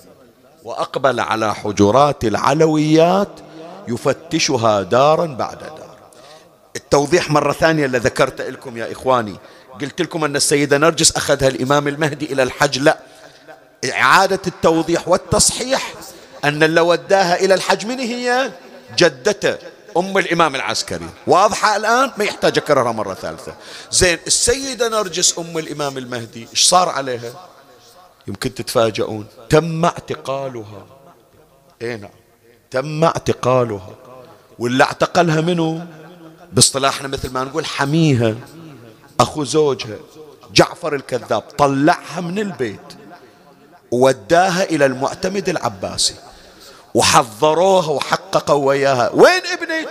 وأقبل على حجرات العلويات يفتشها دارا بعد دار. التوضيح مرة ثانية اللي ذكرت لكم يا إخواني، قلت لكم أن السيدة نرجس أخذها الإمام المهدي إلى الحج، لا، إعادة التوضيح والتصحيح أن اللي وداها إلى الحج من هي؟ جدته أم الإمام العسكري. واضحة الآن؟ ما يحتاج أكررها مرة ثالثة. زين، السيدة نرجس أم الإمام المهدي إيش صار عليها؟ يمكن تتفاجؤون، تم اعتقالها. إيه نعم، تم اعتقالها. واللي اعتقلها منه باصطلاحنا مثل ما نقول حميها، أخو زوجها جعفر الكذاب، طلعها من البيت ووداها إلى المعتمد العباسي وحضروها وحققوا وياها. وين ابنك؟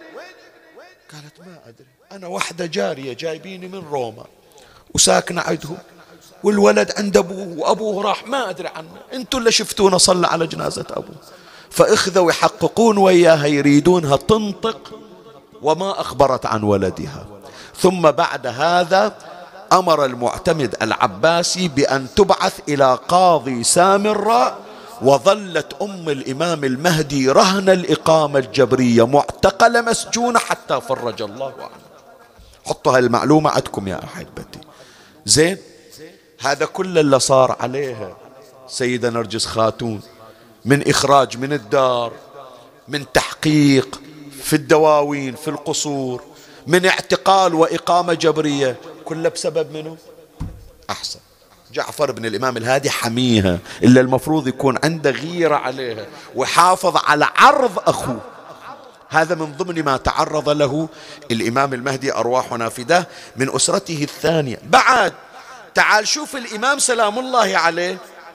قالت ما أدري، أنا وحدة جارية جايبيني من روما وساكنة عندهم، والولد عند أبوه وأبوه راح ما أدري عنه، أنتوا اللي شفتونا صلى على جنازة أبوه. فأخذوا يحققون وياها، يريدونها تنطق وما أخبرت عن ولدها. ثم بعد هذا أمر المعتمد العباسي بأن تبعث إلى قاضي سامراء، وظلت أم الإمام المهدي رهن الإقامة الجبرية، معتقلة مسجونة حتى فرج الله عنها. حطوا هالمعلومة عندكم يا أحبتي. زين، هذا كل اللي صار عليها سيدة نرجس خاتون، من إخراج من الدار، من تحقيق في الدواوين في القصور، من اعتقال وإقامة جبرية، كله بسبب منه؟ أحسن، جعفر بن الإمام الهادي حميها، إلا المفروض يكون عنده غيرة عليها وحافظ على عرض أخوه. هذا من ضمن ما تعرض له الإمام المهدي أرواحنا فداه من أسرته الثانية. بعد تعال شوف الإمام سلام الله عليه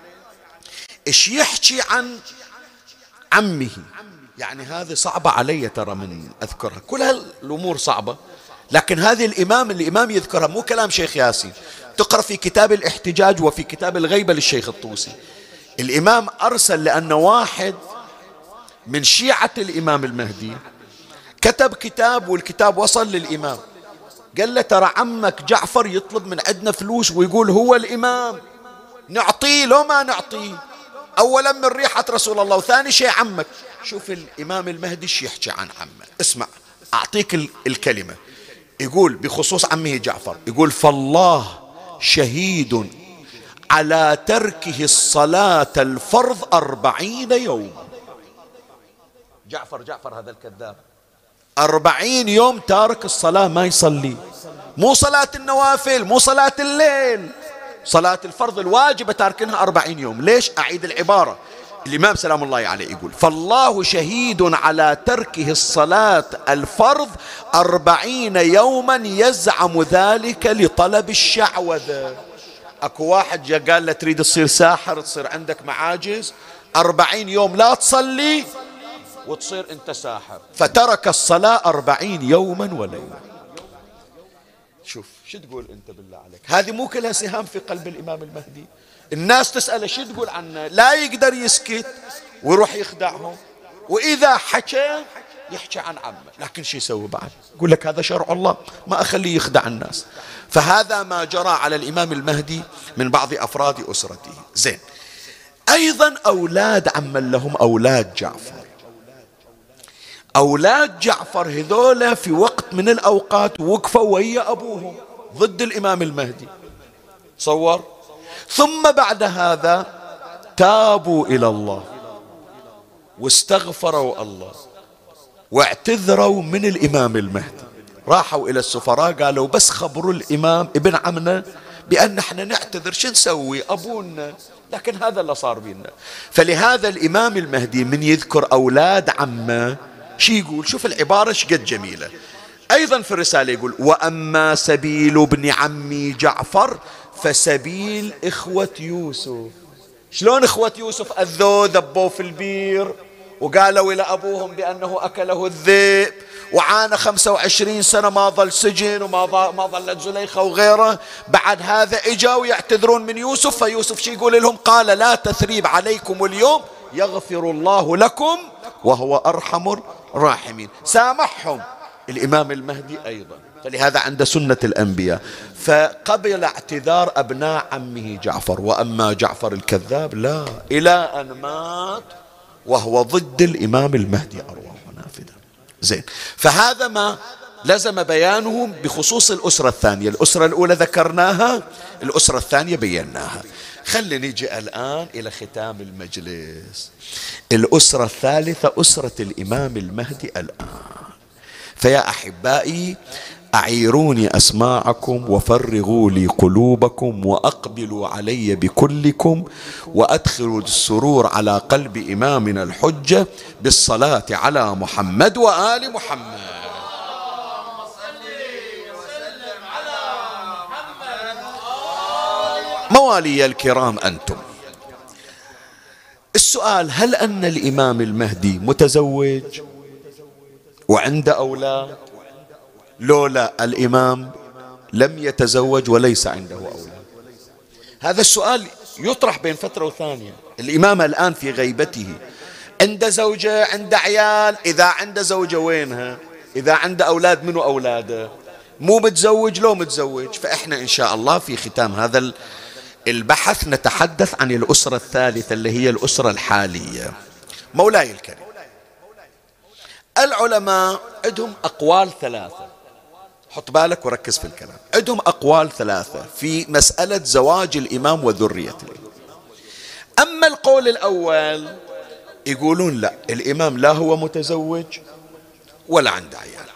إيش يحكي عن عمه. يعني هذه صعبة علي ترى من أذكرها، كل هالأمور صعبة، لكن هذه الإمام يذكرها، مو كلام شيخ ياسين. تقرأ في كتاب الاحتجاج وفي كتاب الغيبة للشيخ الطوسي. الإمام أرسل لأن واحد من شيعة الإمام المهدي كتب كتاب، والكتاب وصل للإمام، قال له ترى عمك جعفر يطلب من عندنا فلوس ويقول هو الإمام، نعطيه لو ما نعطيه؟ أولا من ريحة رسول الله، وثاني شيء عمك. شوف الإمام المهدي ايش يحكي عن عمه. اسمع، أعطيك الكلمة. يقول بخصوص عمه جعفر، يقول فالله شهيد على تركه الصلاة الفرض 40 يوم. جعفر هذا الكذاب 40 يوم تارك الصلاة، ما يصلي، مو صلاة النوافل، مو صلاة الليل، صلاة الفرض الواجبة تاركنها 40 يوم. ليش؟ أعيد العبارة. الإمام سلام الله عليه يقول فالله شهيد على تركه الصلاة الفرض 40 يوما يزعم ذلك لطلب الشعوذة. أكو واحد جاء قال له تريد تصير ساحر، تصير عندك معاجز، 40 يوم لا تصلي وتصير أنت ساحر، فترك الصلاة 40 يوما وليلة. شوف شو تقول أنت بالله عليك؟ هذه مو كلها سهام في قلب الإمام المهدي؟ الناس تسأله شو تقول عنه، لا يقدر يسكت ويروح يخدعهم، وإذا حكى يحكي عن عمه، لكن شو يسوي بعد؟ يقول لك هذا شرع الله، ما أخليه يخدع الناس. فهذا ما جرى على الإمام المهدي من بعض أفراد أسرته. زين، أيضا أولاد عمن لهم أولاد جعفر، أولاد جعفر هذولا في وقت من الأوقات وقفوا ويا أبوهم ضد الإمام المهدي، تصور. ثم بعد هذا تابوا إلى الله واستغفروا الله واعتذروا من الإمام المهدي، راحوا إلى السفراء قالوا بس خبروا الإمام ابن عمنا بأن احنا نعتذر، شو نسوي أبونا، لكن هذا اللي صار بينا. فلهذا الإمام المهدي من يذكر أولاد عمه شي يقول، شوف العبارة شقد جميلة. أيضا في الرسالة يقول وأما سبيل ابن عمي جعفر فسبيل إخوة يوسف. شلون إخوة يوسف أذوه ذبوه في البير وقالوا إلى أبوهم بأنه أكله الذئب وعانى 25 سنة ما ظل سجن وما ظلت زليخة وغيره، بعد هذا إجاوا يعتذرون من يوسف، فيوسف شي يقول لهم قال لا تثريب عليكم اليوم يغفر الله لكم وهو أرحم الراحمين، سامحهم الإمام المهدي أيضا. فلهذا عند سنة الأنبياء فقبل اعتذار أبناء عمه جعفر. وأما جعفر الكذاب لا، إلى أن مات وهو ضد الإمام المهدي أرواح نافذة. زين، فهذا ما لزم بيانه بخصوص الأسرة الثانية. الأسرة الأولى ذكرناها، الأسرة الثانية بيناها. خلينا نيجي الآن إلى ختام المجلس. الأسرة الثالثة أسرة الإمام المهدي الآن. فيا أحبائي أعيروني أسماعكم وفرغوا لي قلوبكم وأقبلوا علي بكلكم وأدخلوا السرور على قلب إمامنا الحجة بالصلاة على محمد وآل محمد. موالي الكرام أنتم، السؤال هل أن الإمام المهدي متزوج وعنده أولاد؟ لولا الإمام لم يتزوج وليس عنده أولاد. هذا السؤال يطرح بين فترة وثانية. الإمام الآن في غيبته عنده زوجة، عنده عيال، إذا عنده زوجة وينها؟ إذا عنده أولاد منو أولاده؟ مو متزوج لو متزوج. فإحنا إن شاء الله في ختام هذا البحث نتحدث عن الأسرة الثالثة اللي هي الأسرة الحالية. مولاي الكريم، العلماء عندهم أقوال ثلاثة، حط بالك وركز في الكلام، عندهم أقوال ثلاثة في مسألة زواج الإمام وذريته. أما القول الأول يقولون لا، الإمام لا هو متزوج ولا عنده عيال.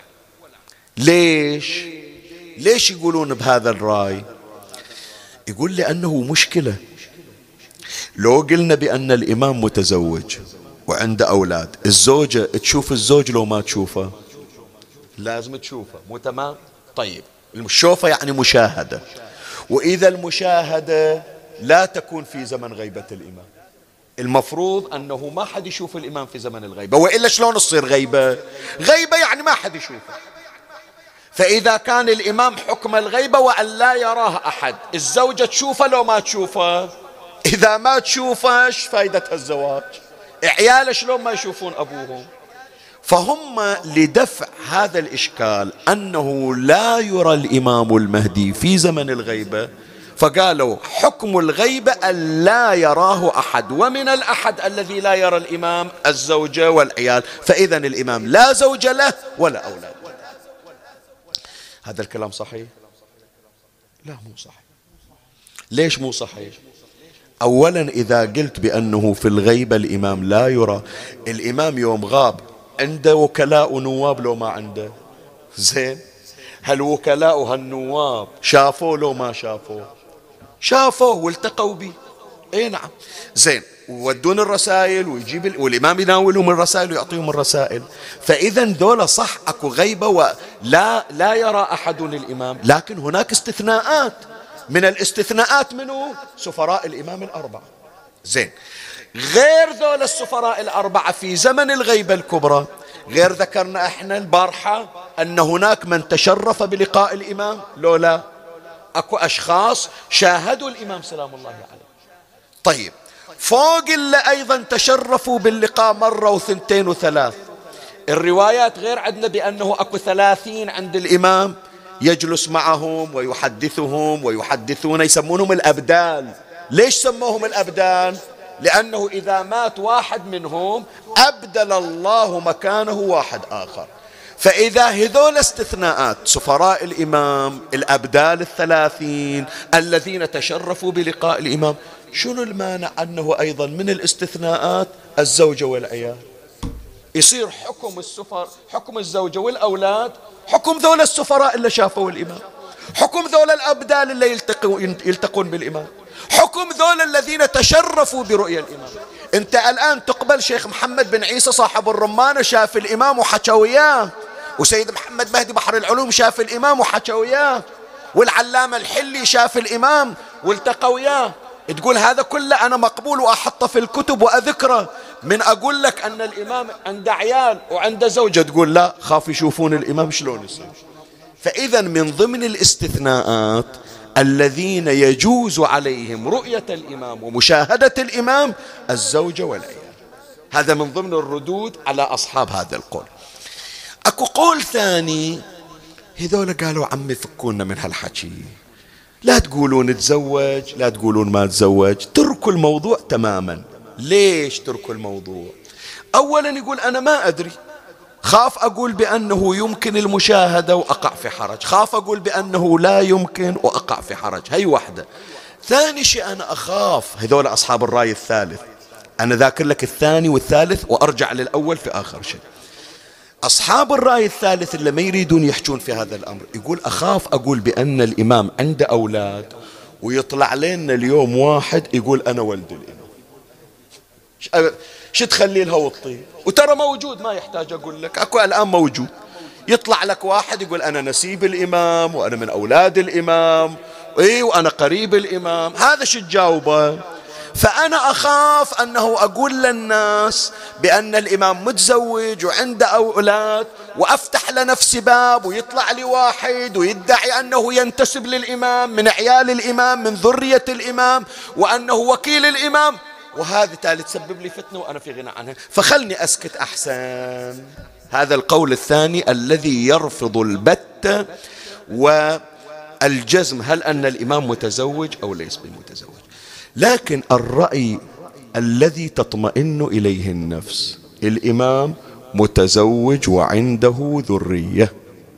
ليش يقولون بهذا الرأي؟ يقول لأنه مشكلة. لو قلنا بأن الإمام متزوج وعنده أولاد، الزوجة تشوف الزوج لو ما تشوفه؟ لازم تشوفه، مو تمام؟ طيب الشوفة يعني مشاهدة، وإذا المشاهدة لا تكون في زمن غيبة الإمام، المفروض أنه ما حد يشوف الإمام في زمن الغيبة، وإلا شلون تصير غيبة؟ غيبة يعني ما حد يشوفه. فإذا كان الإمام حكم الغيبة وأن لا يراه أحد، الزوجة تشوفه لو ما تشوفه؟ إذا ما تشوفه ايش فايدة الزواج؟ عياله شلون ما يشوفون أبوهم؟ فهم لدفع هذا الإشكال أنه لا يرى الإمام المهدي في زمن الغيبة، فقالوا حكم الغيبة أن لا يراه أحد، ومن الأحد الذي لا يرى الإمام الزوجة والعيال، فإذا الإمام لا زوج له ولا أولاد. هذا الكلام صحيح؟ لا مو صحيح. ليش مو صحيح؟ أولا إذا قلت بأنه في الغيبة الإمام لا يرى، الإمام يوم غاب عنده وكلاء ونواب لو ما عنده؟ زين، هل وكلاء وهالنواب شافوه لو ما شافوه؟ شافوه والتقوا به. اي نعم. زين، وودون الرسائل ويجيب والإمام يناولهم الرسائل ويعطيهم الرسائل. فإذا ذولا صح اكو غيبة ولا يرى أحد الإمام، لكن هناك استثناءات. من الاستثناءات منه سفراء الإمام الأربعة. زين، غير ذول السفراء الأربعة في زمن الغيبة الكبرى، غير ذكرنا احنا البارحة أن هناك من تشرف بلقاء الإمام لولا اكو أشخاص شاهدوا الإمام سلام الله عليه. طيب، فوق اللي أيضا تشرفوا باللقاء مرة وثنتين وثلاث، الروايات غير عندنا بأنه اكو 30 عند الإمام يجلس معهم ويحدثهم ويحدثون، يسمونهم الأبدال. ليش سموهم الأبدال؟ لأنه إذا مات واحد منهم أبدل الله مكانه واحد آخر. فإذا هذول استثناءات سفراء الإمام الأبدال 30 الذين تشرفوا بلقاء الإمام، شنو المانع أنه أيضا من الاستثناءات الزوجة والعيال؟ يصير حكم السفر، حكم الزوجة والأولاد، حكم ذول السفراء اللي شافوا الإمام، حكم ذول الأبدال اللي يلتقون بالإمام، حكم ذول الذين تشرفوا برؤية الإمام. أنت الآن تقبل شيخ محمد بن عيسى صاحب الرمانة شاف الإمام وحكى وياه، وسيد محمد مهدي بحر العلوم شاف الإمام وحكى وياه، والعلامة الحلي شاف الإمام والتقى وياه، تقول هذا كله أنا مقبول وأحطه في الكتب وأذكره، من أقول لك أن الإمام عنده عيال وعنده زوجة تقول لا خاف يشوفون الإمام شلون يصير. فإذا من ضمن الاستثناءات الذين يجوز عليهم رؤية الإمام ومشاهدة الإمام الزوجة والعيال. هذا من ضمن الردود على أصحاب هذا القول. أكو قول ثاني، هذول قالوا عمي فكونا من هالحكي، لا تقولون نتزوج، لا تقولون ما تزوج، تركوا الموضوع تماما. ليش تركوا الموضوع؟ أولا يقول أنا ما أدري، خاف أقول بأنه يمكن المشاهدة وأقع في حرج، خاف أقول بأنه لا يمكن وأقع في حرج، هي واحدة. ثاني شيء أنا أخاف، هذول أصحاب الرأي الثالث، أنا ذاكر لك الثاني والثالث وأرجع للأول في آخر شيء. أصحاب الرأي الثالث اللي ما يريدون يحجون في هذا الأمر، يقول أخاف أقول بأن الإمام عنده أولاد ويطلع لنا اليوم واحد يقول أنا ولد الإمام، شو تخلي لها وتطير؟ وترى موجود، ما يحتاج أقول لك، أكو الآن موجود، يطلع لك واحد يقول أنا نسيب الإمام وأنا من أولاد الإمام وأنا قريب الإمام، هذا شو تجاوبه؟ فأنا أخاف أنه أقول للناس بأن الإمام متزوج وعنده أولاد، وأفتح لنفسي باب ويطلع لي واحد ويدعي أنه ينتسب للإمام، من عيال الإمام، من ذرية الإمام، وأنه وكيل الإمام، وهذا تالي تسبب لي فتنة وأنا في غنى عنها، فخلني أسكت أحسن. هذا القول الثاني الذي يرفض البتة والجزم هل أن الإمام متزوج أو ليس بمتزوج. لكن الرأي الذي تطمئن إليه النفس، الإمام متزوج وعنده ذرية،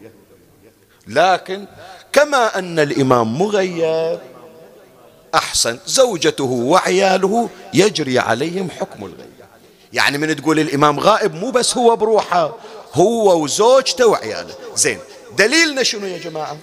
لكن كما أن الإمام مغيب أحسن، زوجته وعياله يجري عليهم حكم الغيب. يعني من تقول الإمام غائب مو بس هو بروحه، هو وزوجته وعياله. زين، دليلنا شنو يا جماعة؟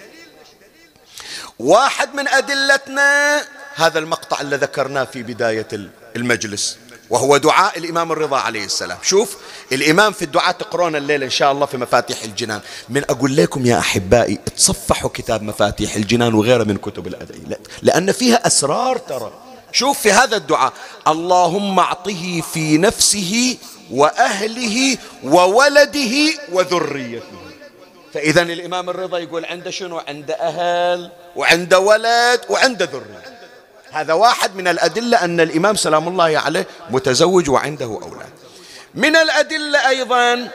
واحد من أدلتنا هذا المقطع اللي ذكرناه في بداية المجلس، وهو دعاء الإمام الرضا عليه السلام. شوف الإمام في الدعاء، تقرون الليلة إن شاء الله في مفاتيح الجنان. من أقول لكم يا أحبائي تصفحوا كتاب مفاتيح الجنان وغيره من كتب الأدعية، لأن فيها أسرار ترى. شوف في هذا الدعاء، اللهم أعطه في نفسه وأهله وولده وذريته. فإذا الإمام الرضا يقول عنده شنو؟ عنده أهل وعنده ولد وعنده ذرية. هذا واحد من الأدلة أن الإمام سلام الله عليه متزوج وعنده أولاد. من الأدلة أيضا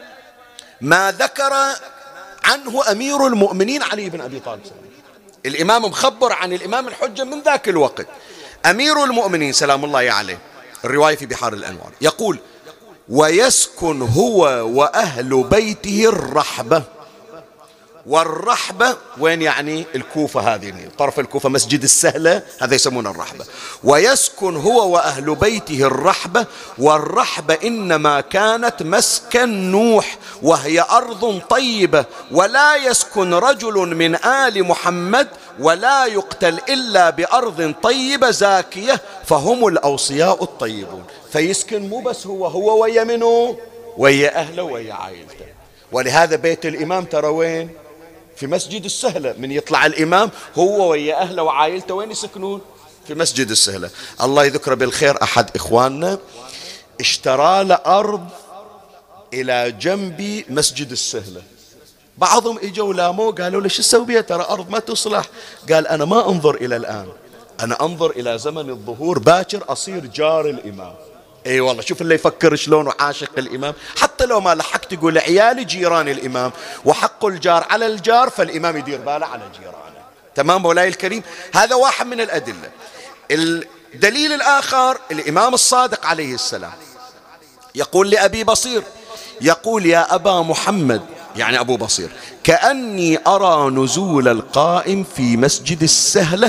ما ذكر عنه أمير المؤمنين علي بن أبي طالب. الإمام مخبر عن الإمام الحجة من ذاك الوقت. أمير المؤمنين سلام الله عليه، الرواية في بحار الأنوار، يقول ويسكن هو وأهل بيته الرحبة. والرحبة وين؟ يعني الكوفة، هذه طرف الكوفة مسجد السهلة، هذا يسمونه الرحبة. ويسكن هو وأهل بيته الرحبة، والرحبة إنما كانت مسكن نوح، وهي أرض طيبة، ولا يسكن رجل من آل محمد ولا يقتل إلا بأرض طيبة زاكية، فهم الأوصياء الطيبون. فيسكن مو بس هو ويا منه، ويا أهله ويا عائلته. ولهذا بيت الإمام ترى وين؟ في مسجد السهلة. من يطلع الإمام هو ويا أهله وعائلته وين يسكنون؟ في مسجد السهلة. الله يذكره بالخير، أحد إخواننا اشترى له أرض إلى جنب مسجد السهلة. بعضهم إجوا لاموه قالوا له شو تسوي بيها، ترى أرض ما تصلح. قال أنا ما أنظر إلى الآن، أنا أنظر إلى زمن الظهور، باكر أصير جار الإمام. اي والله، شوف اللي يفكر شلون وعاشق الإمام، حتى لو ما لحقت يقول عيالي جيران الإمام، وحق الجار على الجار، فالإمام يدير باله على جيرانه. تمام مولاي الكريم؟ هذا واحد من الأدلة. الدليل الآخر الإمام الصادق عليه السلام يقول لأبي بصير، يقول يا أبا محمد، يعني أبو بصير، كأني أرى نزول القائم في مسجد السهلة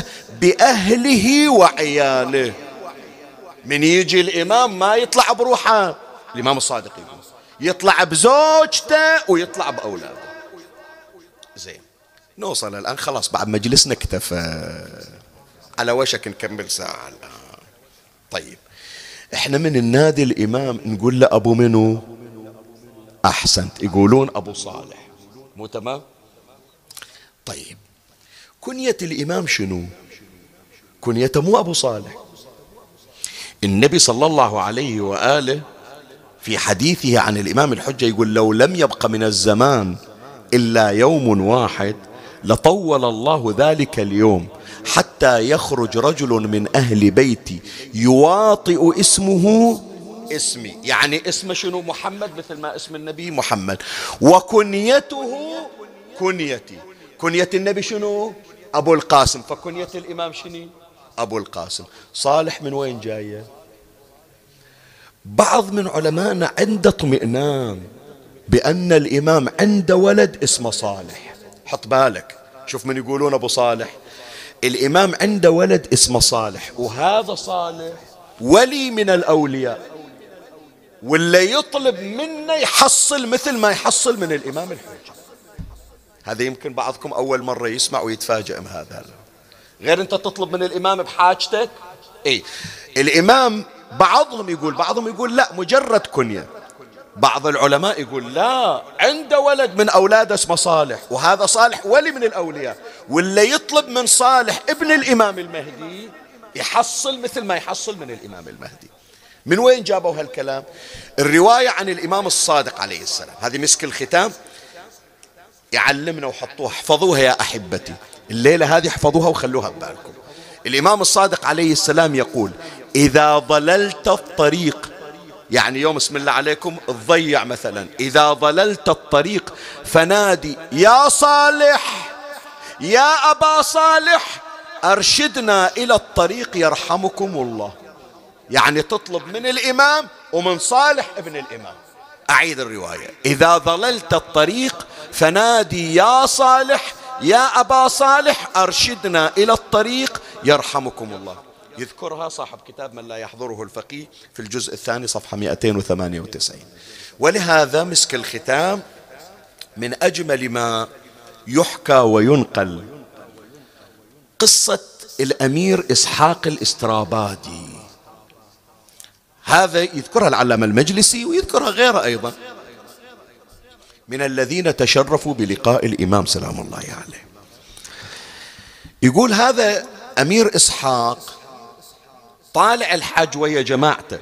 بأهله وعياله. من يجي الإمام ما يطلع بروحه، الإمام الصادق يقول يطلع بزوجته ويطلع بأولاده. زين، نوصل الآن خلاص بعد مجلسنا اكتفى، على وشك نكمل ساعة الآن. طيب احنا من النادي الإمام نقول له أبو منو؟ أحسنت، يقولون أبو صالح، مو تمام؟ طيب كنية الإمام شنو؟ كنيته مو أبو صالح. النبي صلى الله عليه وآله في حديثه عن الإمام الحجة يقول لو لم يبق من الزمان إلا يوم واحد لطول الله ذلك اليوم حتى يخرج رجل من أهل بيتي يواطئ اسمه اسمي، يعني اسمه شنو؟ محمد، مثل ما اسم النبي محمد، وكنيته كنيتي. كنية النبي شنو؟ أبو القاسم، فكنية الإمام شنو؟ أبو القاسم. صالح من وين جاية؟ بعض من علمائنا عنده اطمئنان بأن الإمام عنده ولد اسمه صالح. حط بالك، شوف من يقولون أبو صالح، الإمام عنده ولد اسمه صالح، وهذا صالح ولي من الأولياء، واللي يطلب منه يحصل مثل ما يحصل من الإمام الحجة. هذا يمكن بعضكم أول مرة يسمع ويتفاجأ من هذا، غير أنت تطلب من الإمام بحاجتك. إيه الإمام بعضهم يقول لا مجرد كنية. بعض العلماء يقول لا، عنده ولد من أولاده اسمه صالح، وهذا صالح ولي من الأولياء، واللي يطلب من صالح ابن الإمام المهدي يحصل مثل ما يحصل من الإمام المهدي. من وين جابوا هالكلام؟ الرواية عن الإمام الصادق عليه السلام، هذه مسك الختام يعلمنا وحطوها، احفظوها يا أحبتي الليلة هذه، احفظوها وخلوها ببالكم. الإمام الصادق عليه السلام يقول إذا ضللت الطريق، يعني يوم اسم الله عليكم تضيع مثلا، إذا ضللت الطريق فنادي يا صالح يا أبا صالح أرشدنا إلى الطريق يرحمكم الله. يعني تطلب من الإمام ومن صالح ابن الإمام. أعيد الرواية، إذا ضللت الطريق فنادي يا صالح يا أبا صالح أرشدنا إلى الطريق يرحمكم الله. يذكرها صاحب كتاب من لا يحضره الفقيه في الجزء الثاني صفحة 298. ولهذا مسك الختام من أجمل ما يحكى وينقل قصة الأمير إسحاق الاسترابادي. هذا يذكرها العلامة المجلسي ويذكرها غيره أيضا، من الذين تشرفوا بلقاء الإمام سلام الله عليه. يقول هذا أمير إسحاق طالع الحج ويا جماعته.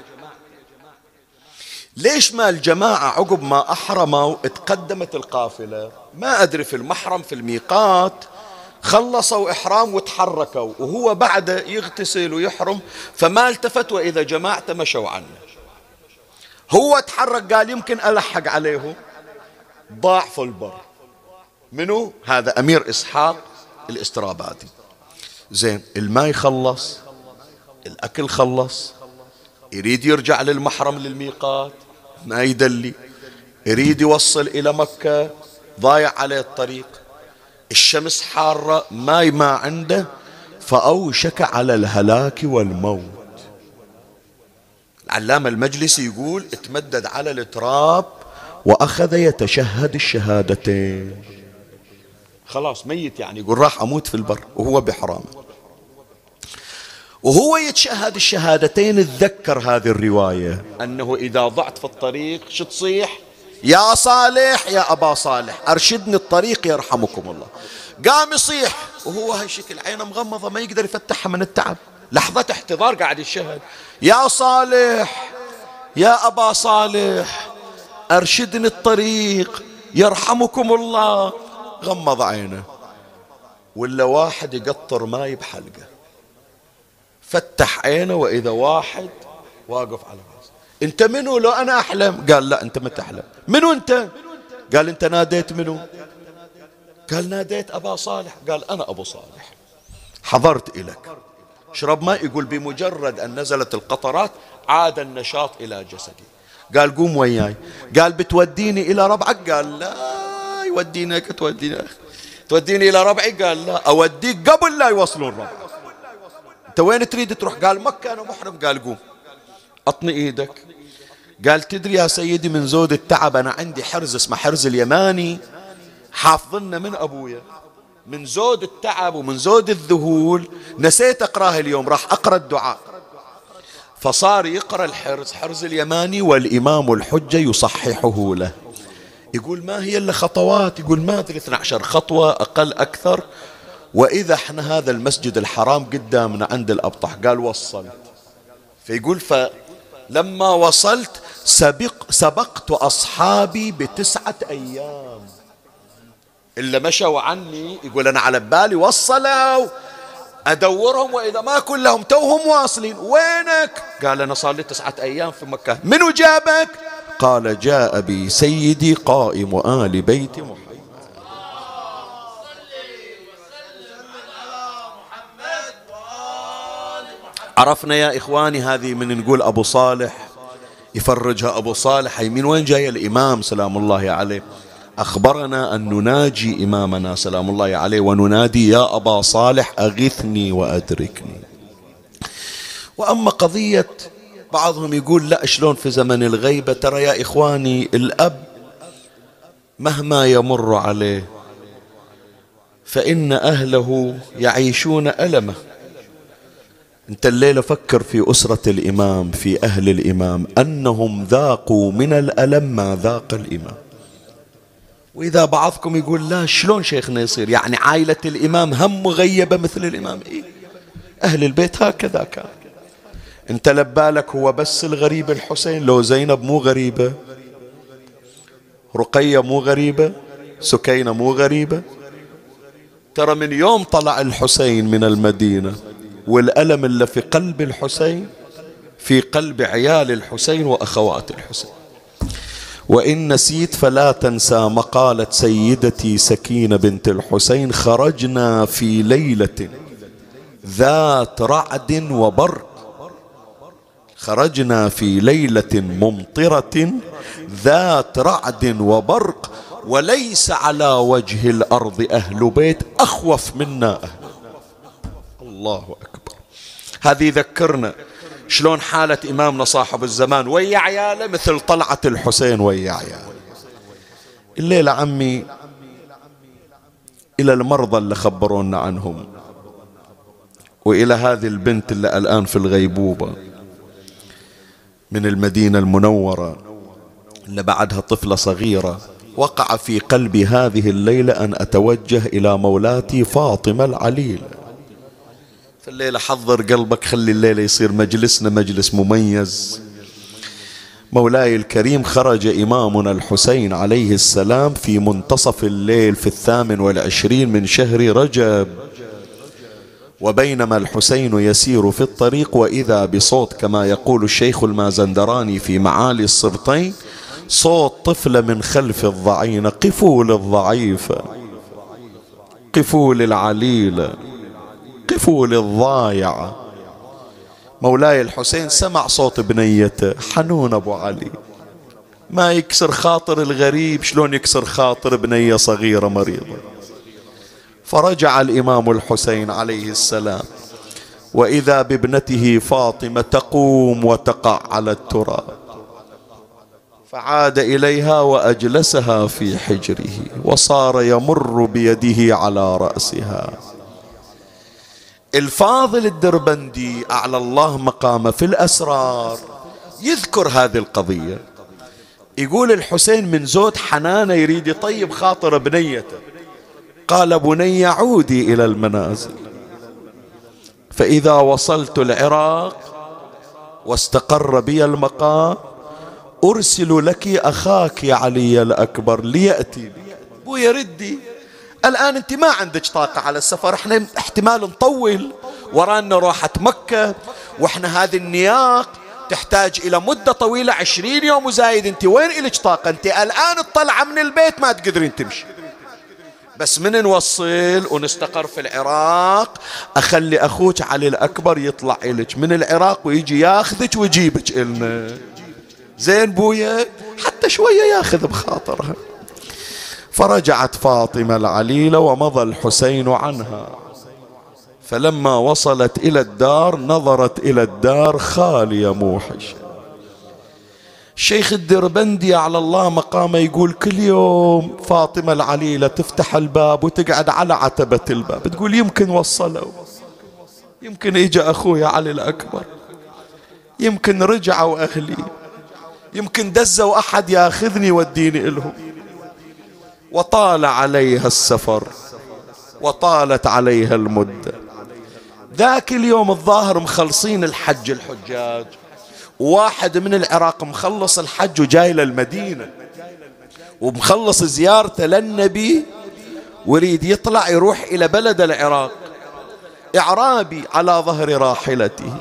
ليش ما الجماعة عقب ما أحرموا اتقدمت القافلة؟ ما أدري في المحرم في الميقات خلصوا إحرام وتحركوا، وهو بعده يغتسل ويحرم، فما التفت وإذا جماعته مشوا عنه. هو تحرك قال يمكن ألحق عليهم، ضاع في البر. منو؟ هذا أمير إسحاق الاسترابادي. زين، الماء خلص، الأكل خلص، يريد يرجع للمحرم للميقات ما يدلي، يريد يوصل إلى مكة ضايع عليه الطريق، الشمس حارة ما عنده، فأوشك على الهلاك والموت. العلامة المجلسي يقول اتمدد على التراب وأخذ يتشهد الشهادتين، خلاص ميت، يعني يقول راح أموت في البر وهو بحرامه. وهو يتشهد الشهادتين تذكر هذه الرواية أنه إذا ضعت في الطريق شو تصيح؟ يا صالح يا أبا صالح أرشدني الطريق يرحمكم الله. قام يصيح وهو هالشكل، عينه مغمضة ما يقدر يفتحها من التعب، لحظة احتضار قاعد يشهد يا صالح يا أبا صالح أرشدني الطريق يرحمكم الله. غمض عينه ولا واحد يقطر ماي بحلقه، فتح عينه وإذا واحد واقف على راسه. أنت منو؟ لو أنا أحلم. قال لا أنت ما تحلم. منو أنت؟ قال أنت ناديت منو؟ قال ناديت أبا صالح. قال أنا أبو صالح حضرت إليك. شرب ماء. يقول بمجرد أن نزلت القطرات عاد النشاط إلى جسدي. قال قوم وياي. قال بتوديني إلى ربعك؟ قال لا يودينك توديني إلى ربعي؟ قال لا أوديك قبل لا يوصلون ربعك. أنت وين تريد تروح؟ قال مكة أنا محرم. قال قوم أطني إيدك. قال تدري يا سيدي من زود التعب أنا عندي حرز اسمه حرز اليماني حافظنا من أبويا، من زود التعب ومن زود الذهول نسيت أقراه اليوم، راح أقرأ الدعاء. فصار يقرأ الحرز، حرز اليماني، والإمام الحجة يصححه له. يقول ما هي إلا خطوات، يقول ما أدري 12 خطوة أقل أكثر، وإذا احنا هذا المسجد الحرام قدامنا عند الأبطح. قال وصلت. فيقول فلما وصلت سبقت أصحابي ب9 أيام إلا مشوا عني. يقول أنا على بالي وصلوا أدورهم وإذا ما كلهم توهم واصلين. وينك؟ قال أنا صار لي 9 أيام في مكة. منو جابك؟ قال جاء بي سيدي قائم آل بيت محمد. عرفنا يا إخواني هذه من نقول أبو صالح يفرجها أبو صالح. هي من وين جاي الإمام سلام الله عليه؟ أخبرنا أن نناجي إمامنا سلام الله عليه وننادي يا أبا صالح أغثني وأدركني. وأما قضية بعضهم يقول لا شلون في زمن الغيبة، ترى يا إخواني الأب مهما يمر عليه فإن أهله يعيشون ألمه. أنت الليلة فكر في أسرة الإمام، في أهل الإمام، أنهم ذاقوا من الألم ما ذاق الإمام. وإذا بعضكم يقول لا شلون شيخنا يصير يعني عائلة الإمام هم مغيبة مثل الإمام؟ إيه؟ أهل البيت هكذا كان. أنت لبالك هو بس الغريب الحسين؟ لو زينب مو غريبة، رقية مو غريبة، سكينة مو غريبة. ترى من يوم طلع الحسين من المدينة والألم اللي في قلب الحسين في قلب عيال الحسين وأخوات الحسين. وإن نسيت فلا تنسى مقالة سيدتي سكينة بنت الحسين: خرجنا في ليلة ذات رعد وبرق، خرجنا في ليلة ممطرة ذات رعد وبرق، وليس على وجه الأرض أهل بيت أخوف منا أهل. الله أكبر. هذه يذكرنا شلون حالة إمامنا صاحب الزمان ويا عياله مثل طلعة الحسين ويا عياله. الليلة عمي إلى المرضى اللي خبرونا عنهم، وإلى هذه البنت اللي الآن في الغيبوبة من المدينة المنورة اللي بعدها طفلة صغيرة، وقع في قلبي هذه الليلة أن أتوجه إلى مولاتي فاطمة العليلة. فالليلة حضر قلبك، خلي الليلة يصير مجلسنا مجلس مميز. مولاي الكريم، خرج إمامنا الحسين عليه السلام في منتصف الليل في 28 من شهر رجب، وبينما الحسين يسير في الطريق وإذا بصوت كما يقول الشيخ المازندراني في معالي السبطين: صوت طفلة من خلف الضعينة: قفوا للضعيفة، قفوا للعليلة، قفوا للضايعة. مولاي الحسين سمع صوت بنيته، حنون أبو علي، ما يكسر خاطر الغريب شلون يكسر خاطر بنية صغيرة مريضة. فرجع الإمام الحسين عليه السلام وإذا بابنته فاطمة تقوم وتقع على التراب، فعاد إليها وأجلسها في حجره وصار يمر بيده على رأسها. الفاضل الدربندي أعلى الله مقامه في الأسرار يذكر هذه القضية، يقول الحسين من زود حنانه يريد يطيب خاطر بنيته، قال: بني عودي إلى المنازل، فإذا وصلت العراق واستقر بي المقام أرسل لك أخاك يا علي الأكبر ليأتي بي. بويا ردي، الآن أنت ما عندك طاقة على السفر، احنا احتمال نطول ورانا راحة مكة، واحنا هذه النياق تحتاج إلى مدة طويلة 20 يوم وزايد، أنت وين إلك طاقة؟ أنت الآن الطلعة من البيت ما تقدرين تمشي، بس من نوصل ونستقر في العراق أخلي أخوك علي الأكبر يطلع إلك من العراق ويجي ياخذك ويجيبك إلنا. زين بويا، حتى شوية ياخذ بخاطرها. فرجعت فاطمة العليلة ومضى الحسين عنها، فلما وصلت إلى الدار نظرت إلى الدار خالية موحشة. الشيخ الدربندي على الله مقامه يقول كل يوم فاطمة العليلة تفتح الباب وتقعد على عتبة الباب تقول يمكن وصلوا، يمكن اجى أخويا علي الأكبر، يمكن رجعوا أهلي، يمكن دزوا أحد ياخذني وديني إلهم. وطال عليها السفر وطالت عليها المدة. ذاك اليوم الظاهر مخلصين الحج الحجاج، واحد من العراق مخلص الحج وجاي للمدينة ومخلص زيارته للنبي ويريد يطلع يروح إلى بلد العراق. إعرابي على ظهر راحلته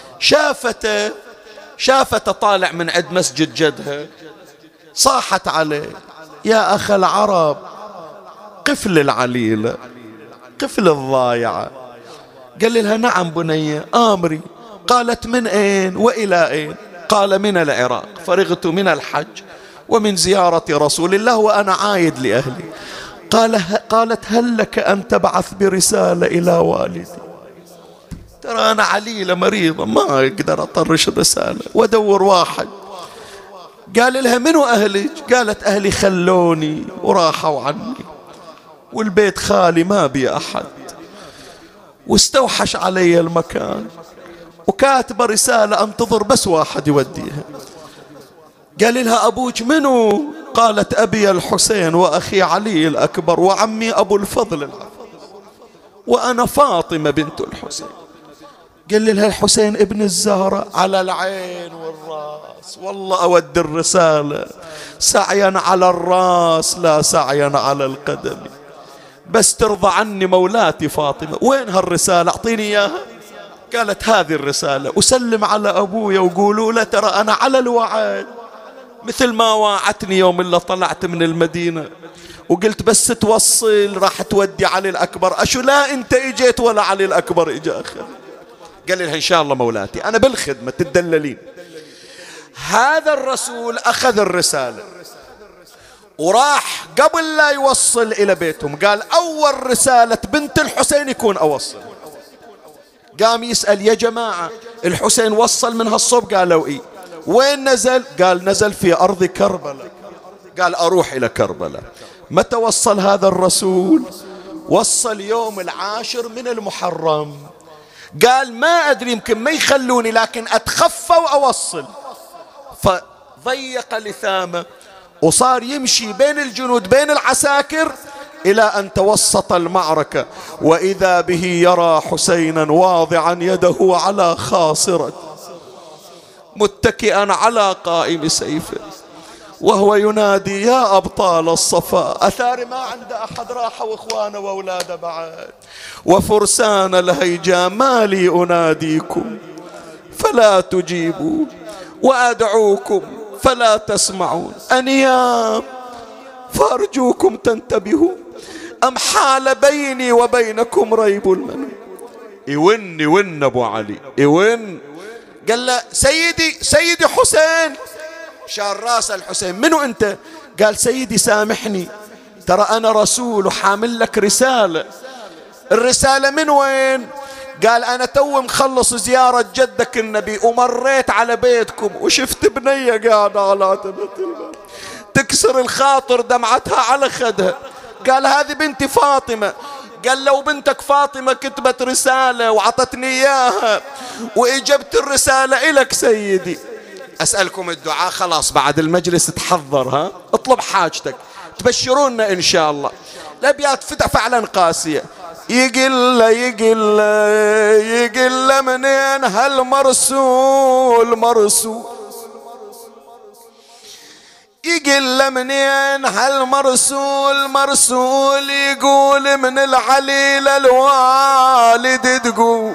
شافته طالع من عند مسجد جدها، صاحت عليه يا أخ العرب قفل العليلة قفل الضايعة. قال لها نعم بنية آمري. قالت من أين وإلى أين؟ قال من العراق، فرغت من الحج ومن زيارة رسول الله وأنا عايد لأهلي. قالت هل لك أن تبعث برسالة إلى والدي؟ ترى أنا عليلة مريضة ما أقدر أطرش الرسالة وأدور واحد. قال لها منو أهلك؟ قالت أهلي خلوني وراحوا عني والبيت خالي ما بي أحد واستوحش علي المكان وكاتبة رسالة أنتظر بس واحد يوديها. قال لها أبوك منو؟ قالت أبي الحسين وأخي علي الأكبر وعمي أبو الفضل وأنا فاطمة بنت الحسين. قال لها الحسين ابن الزهرة على العين والراس، والله أود الرسالة سعيا على الراس لا سعيا على القدم، بس ترضى عني مولاتي فاطمة. وين هالرسالة أعطيني إياها؟ قالت هذه الرسالة وسلم على أبويا وقولوا له ترى أنا على الوعد مثل ما واعتني يوم اللي طلعت من المدينة وقلت بس توصل راح تودي علي الأكبر. أشو لا أنت إجيت ولا علي الأكبر إجا أخر. قال لها إن شاء الله مولاتي أنا بالخدمة تدللين. هذا الرسول أخذ الرسالة وراح قبل لا يوصل إلى بيتهم قال أول رسالة بنت الحسين يكون أوصل. قام يسأل يا جماعة الحسين وصل من هالصوب؟ قالوا إيه. وين نزل؟ قال نزل في أرض كربلاء. قال أروح إلى كربلاء. متى وصل هذا الرسول؟ وصل يوم 10 من المحرم. قال ما أدري يمكن ما يخلوني لكن أتخفى وأوصل. فضيق لثامه وصار يمشي بين الجنود بين العساكر إلى أن توسط المعركة وإذا به يرى حسينا واضعا يده على خاصرة متكئا على قائم سيفه وهو ينادي يا أبطال الصفا. أثار ما عند أحد راحوا إخوانه وأولاده بعد وفرسان الهيجاء ما لي أناديكم فلا تجيبوا وأدعوكم فلا تسمعون أنيام فأرجوكم تنتبهوا أم حال بيني وبينكم ريب المنون. يون أبو علي يون. قال له سيدي حسين. شار راس الحسين منو أنت؟ قال سيدي سامحني ترى أنا رسول وحامل لك رسالة. الرسالة من وين؟ قال أنا تو مخلص زيارة جدك النبي ومريت على بيتكم وشفت بنية قاعدة على عتبة الباب تكسر الخاطر دمعتها على خدها. قال هذه بنتي فاطمة. قال لو بنتك فاطمة كتبت رسالة وعطتني إياها وإجبت الرسالة إلك سيدي. أسألكم الدعاء خلاص بعد المجلس تحضر ها اطلب حاجتك تبشرونا إن شاء الله. الأبيات فعلا قاسية. يقل منين هالمرسول يقل منين هالمرسول يقول من العليلة الوالد تقول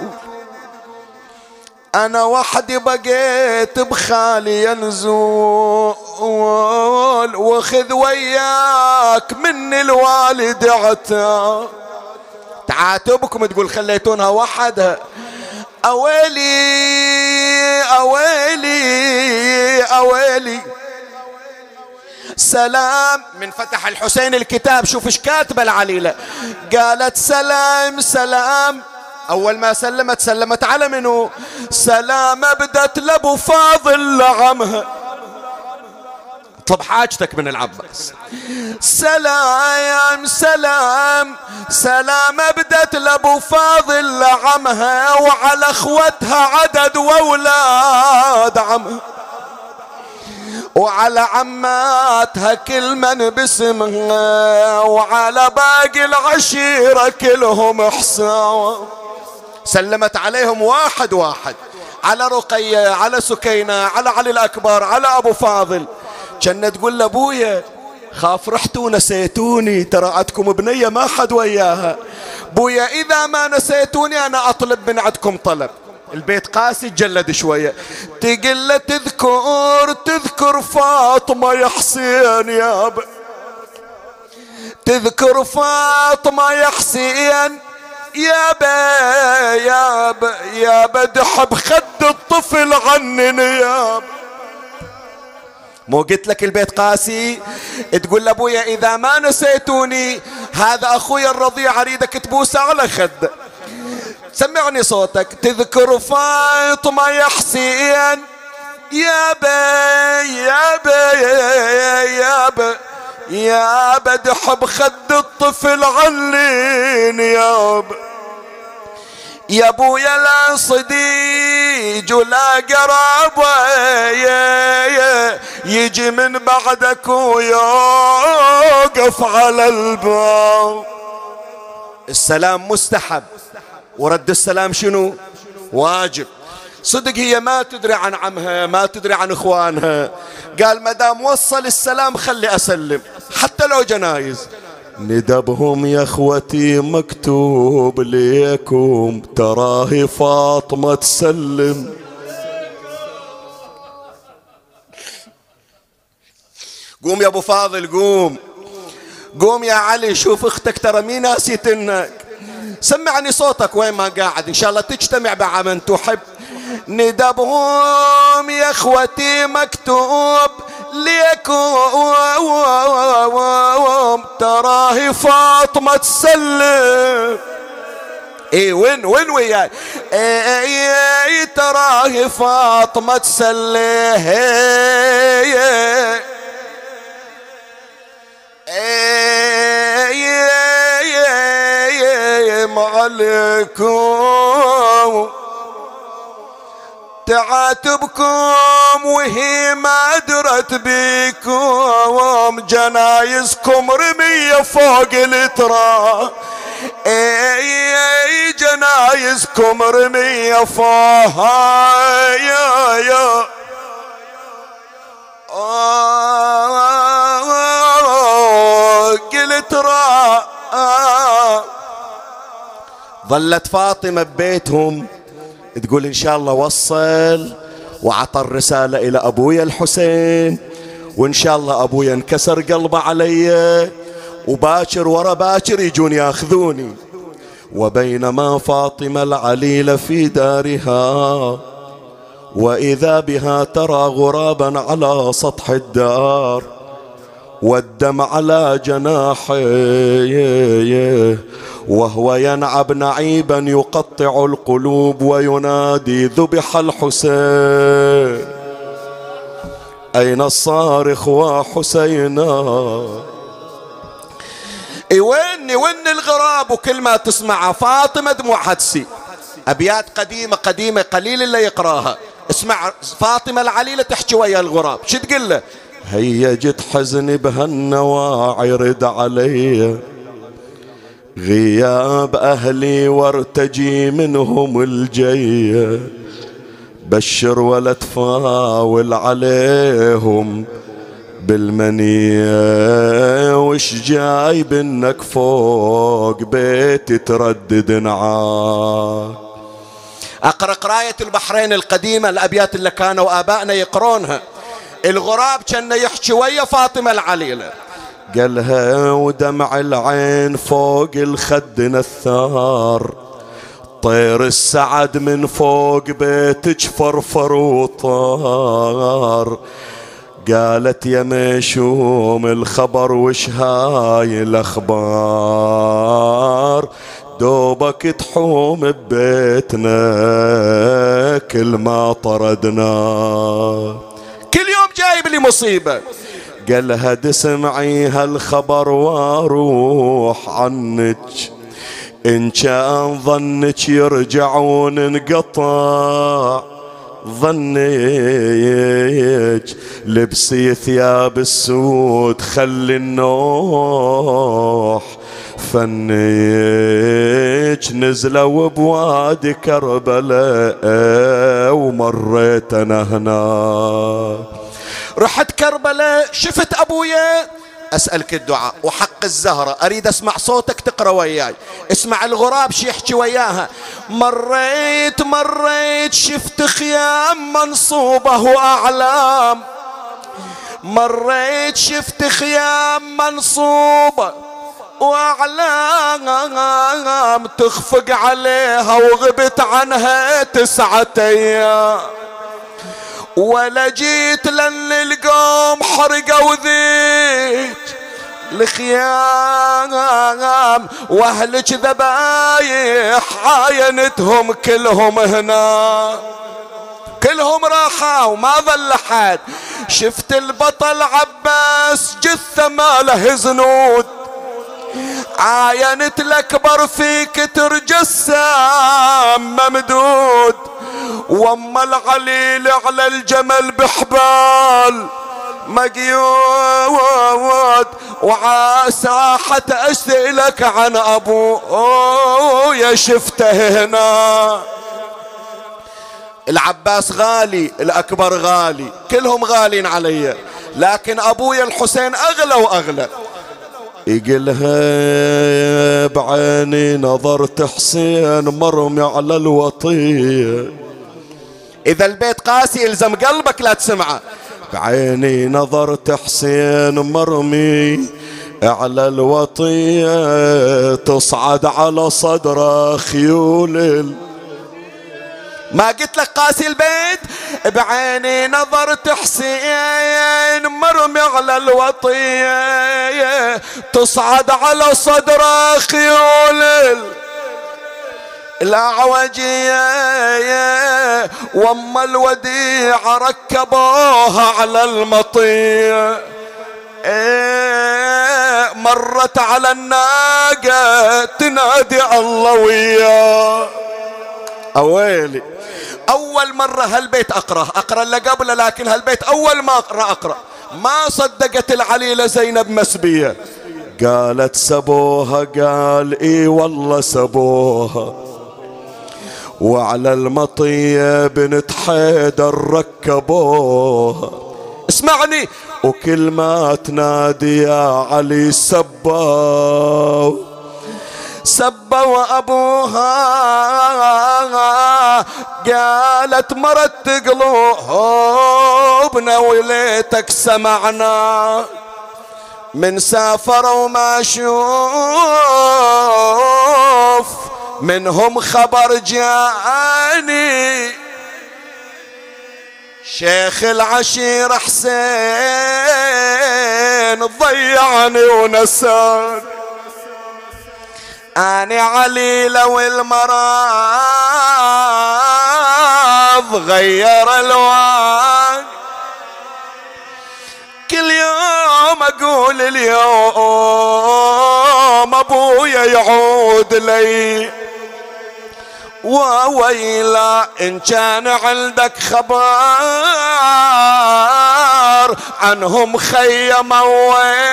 أنا وحدي بقيت بخالي ينزول وخذ وياك من الوالد عتاب تعاتبكم تقول خليتونها وحدها. أويلي سلام من فتح الحسين الكتاب شوف ايش كاتبه العليلة. قالت سلام أول ما سلمت على منو؟ سلامة بدت لأبو فاضل لعمها. طب حاجتك من العباس. سلام سلام سلامة بدت لأبو فاضل لعمها، وعلى اخوتها عدد واولاد عمها، وعلى عماتها كل من باسمها، وعلى باقي العشيرة كلهم حساب. سلمت عليهم واحد واحد، على رقية، على سكينة، على علي الأكبر، على أبو فاضل. كانت تقول لأبويا خاف رحتوا ونسيتوني، ترى عندكم بنية ما حد وياها. بويا إذا ما نسيتوني أنا أطلب من عندكم طلب. البيت قاسي تجلد شوية، تقول له تذكر فاطمة يا حسين يابا، تذكر فاطمة يا حسين يابا دحب خد الطفل عنني يابا. مو قلت لك البيت قاسي؟ تقول لابويا اذا ما نسيتوني هذا اخويا الرضيع اريدك تبوسه على خده. سمعني صوتك. تذكر فاطمة يا حسين يابا دحب خد الطفل علين يابا. يا ابويا لا صديج ولا قرابة يجي من بعدك ويوقف على الباب. السلام مستحب، ورد السلام شنو؟ واجب. صدق هي ما تدري عن عمها، ما تدري عن اخوانها. قال مدام وصل السلام خلي اسلم حتى لو جنايز. ندبهم يا اخوتي مكتوب ليكم، تراهي فاطمة تسلم. قوم يا ابو فاضل، قوم يا علي، شوف اختك ترى مي ناسيتنك. سمعني صوتك وين ما قاعد، ان شاء الله تجتمع مع من تحب. ندبهم يا اخوتي مكتوب ليكم، تراهي فاطمة تسلم. ايه وين وياي؟ ايه تراهي فاطمة تسلم. عليكم تعاتبكم وهي ما درت بيكم، جنايزكم رمية فوق التراب. جنايزكم رمية فوق التراب. ظلت فاطمة ببيتهم تقول إن شاء الله وصل وعطى الرسالة إلى أبويا الحسين، وإن شاء الله أبويا انكسر قلبه علي، وباكر ورا باكر يجون ياخذوني. وبينما فاطمة العليلة في دارها، وإذا بها ترى غرابا على سطح الدار، والدم على جناحيه، وهو ينعب نعيبا يقطع القلوب وينادي ذبح الحسين، أين الصارخ وحسينا. وين الغراب؟ وكل ما تسمع فاطمة دموعها تسيل. أبيات قديمة قليل اللي يقراها. اسمع فاطمة العليلة تحكي ويا الغراب شو تقول له؟ هيجت حزني بهالنواعي رد علي، غياب أهلي وارتجي منهم الجية، بشر ولا تفاول عليهم بالمنية، وش جايب انك فوق بيتي تردد نعاك. اقرأ قراية البحرين القديمة، الابيات اللي كانوا ابائنا يقرونها. الغراب كان يحكي ويا فاطمة العليلة، قالها ودمع العين فوق الخد نثار، طير السعد من فوق بيتك فرفر وطار. قالت يا مشوم الخبر وش هاي الاخبار؟ دوبك تحوم ببيتنا كل ما طردنا. كل يوم جايب لي مصيبة. قالها تسمعي هالخبر واروح عنك، إن كان ظنك يرجعون انقطع ظنك، لبسي ثياب السود خلي النوح فنيك، نزلوا بوادي كربلاء ومريت انا هنا. رحت كربلاء شفت ابويا، اسألك الدعاء وحق الزهرة اريد اسمع صوتك تقرأ وياي. اسمع الغراب شي يحكي وياها. مريت شفت خيام منصوبة واعلام، مريت شفت خيام منصوبة واعلام، تخفق عليها وغبت عنها 9 أيام. ولا جيت لان القوم حرقوا ذيك الخيام، واهلك ذبايح عاينتهم كلهم هنا، كلهم راحوا وما ظل حد. شفت البطل عباس جثة ماله زنود، عاينت الاكبر في كتر جسام ممدود، واما العليل على الجمل بحبال مقيود، وعساحة اسألك عن ابويا شفته هنا. العباس غالي، الاكبر غالي، كلهم غالين علي، لكن ابويا الحسين اغلى واغلى. يقلها بعيني نظرت حسين مرمي على الوطية، اذا البيت قاسي يلزم قلبك لا تسمعه. بعيني نظرت حسين مرمي على الوطية، تصعد على صدره خيول. ما قلت لك قاسي البيت؟ بعيني نظرت حسين مرمي على الوطية، تصعد على صدره خيول الأعوجية، واما الوديعة ركبوها على المطية. مرت على الناقة تنادي الله وياه. اويلي اول مرة هالبيت اقرأ اللي قبله، لكن هالبيت اول ما اقرأ ما صدقت العليلة زينب مسبية، قالت سبوها، قال اي والله سبوها، وعلى المطية بنت حيدر ركبوها. اسمعني، وكل ما تنادي يا علي سبوا أبوها، قالت مرت قلوبنا وليتك سمعنا، من سافر وما شوف منهم خبر جاني، شيخ العشير حسين ضيعني ونساني، أنا علي لو المرض غير الوان، كل يوم أقول اليوم أبويا يعود لي، وويلا إن كان عندك خبر عنهم خيموا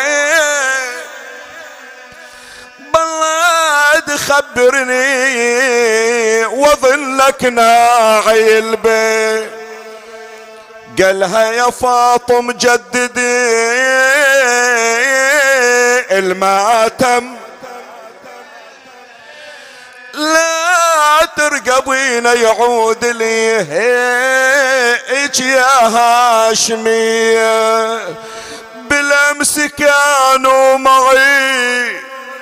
بلاد خبرني وظلك ناعي البيت. قالها يا فاطم جددي الماتم، لا ترقبين يعود لي هيك يا هاشمية، بالامس كانوا معي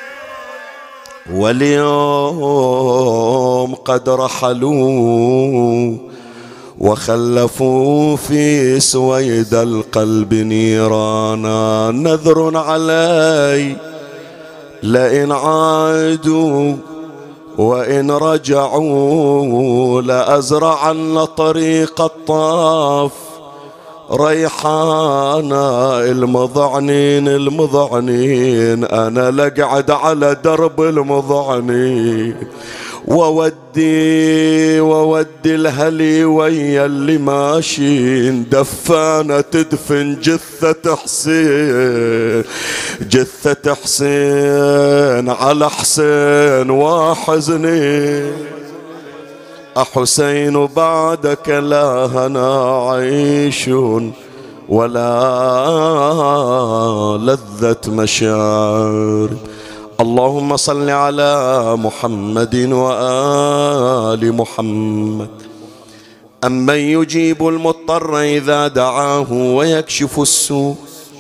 واليوم قد رحلوا، وخلفوا في سويد القلب نيرانا، نذر علي لئن عادوا وإن رجعوا لأزرعن طريق الطاف ريحانا المضعنين المضعنين، أنا لقعد على درب المضعنين، وودي الهلي ويا اللي ماشين، دفانة تدفن جثة حسين، جثة حسين على حسين وحزنين، أحسين بعدك لا هنا عيش ولا لذة مشاعر. اللهم صل على محمد وآل محمد. أمن يجيب المضطر إذا دعاه ويكشف السوء،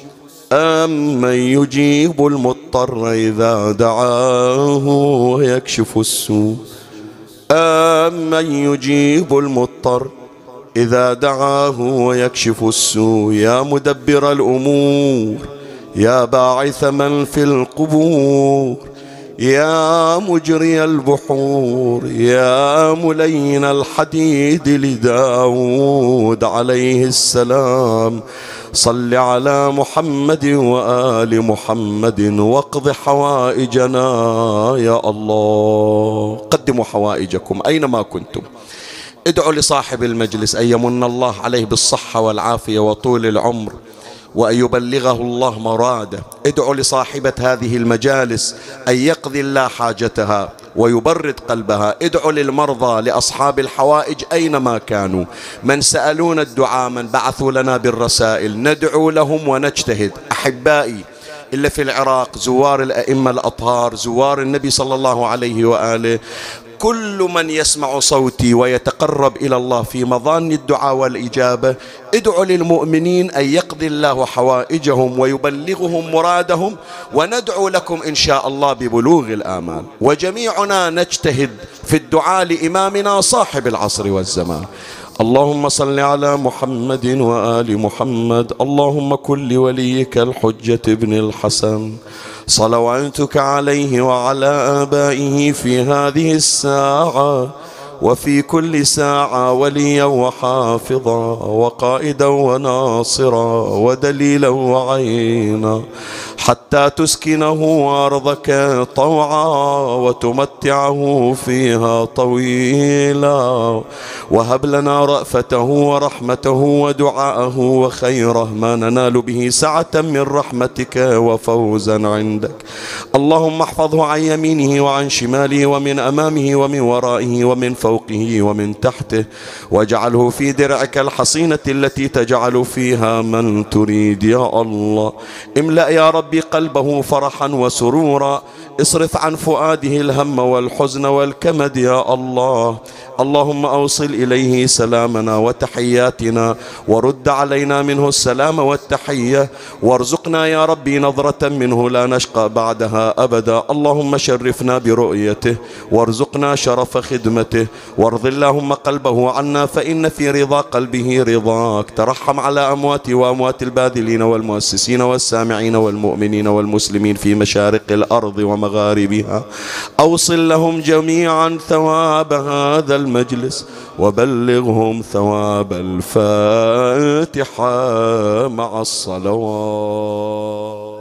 أمن يجيب المضطر إذا دعاه ويكشف السوء، أمن يجيب المضطر إذا دعاه ويكشف السوء، يا مدبر الأمور، يا باعث من في القبور، يا مجري البحور، يا ملين الحديد لداود عليه السلام، صل على محمد وآل محمد واقض حوائجنا يا الله. قدموا حوائجكم أينما كنتم. ادعوا لصاحب المجلس أن يمن الله عليه بالصحة والعافية وطول العمر وأن يبلغه الله مراده. ادعوا لصاحبة هذه المجالس أن يقضي الله حاجتها ويبرد قلبها. ادعوا للمرضى لأصحاب الحوائج أينما كانوا، من سألونا الدعاء، من بعثوا لنا بالرسائل، ندعو لهم ونجتهد. أحبائي إلا في العراق، زوار الأئمة الأطهار، زوار النبي صلى الله عليه وآله، كل من يسمع صوتي ويتقرب إلى الله في مظان الدعاء والإجابة، ادعوا للمؤمنين أن يقضي الله حوائجهم ويبلغهم مرادهم، وندعو لكم إن شاء الله ببلوغ الآمال. وجميعنا نجتهد في الدعاء لإمامنا صاحب العصر والزمان. اللهم صل على محمد وآل محمد. اللهم كن لوليك الحجة ابن الحسن صلواتك عليه وعلى آبائه في هذه الساعة وفي كل ساعة وليا وحافظا وقائدا وناصرا ودليلا وعينا، حتى تسكنه أرضك طوعا وتمتعه فيها طويلا، وهب لنا رأفته ورحمته ودعاءه وخيره ما ننال به سعة من رحمتك وفوزا عندك. اللهم احفظه عن يمينه وعن شماله ومن أمامه ومن ورائه ومن فوقه ومن تحته، واجعله في درعك الحصينة التي تجعل فيها من تريد يا الله. املأ يا ربي قلبه فرحا وسرورا، اصرف عن فؤاده الهم والحزن والكمد يا الله. اللهم أوصل إليه سلامنا وتحياتنا، ورد علينا منه السلام والتحية، وارزقنا يا ربي نظرة منه لا نشقى بعدها أبدا. اللهم شرفنا برؤيته وارزقنا شرف خدمته، وارض اللهم قلبه عنا، فإن في رضا قلبه رضاك. ترحم على أمواتي وأموات الباذلين والمؤسسين والسامعين والمؤمنين والمسلمين في مشارق الأرض ومغاربها. أوصل لهم جميعا ثواب هذا المجلس، وبلغهم ثواب الفاتحة مع الصلوات.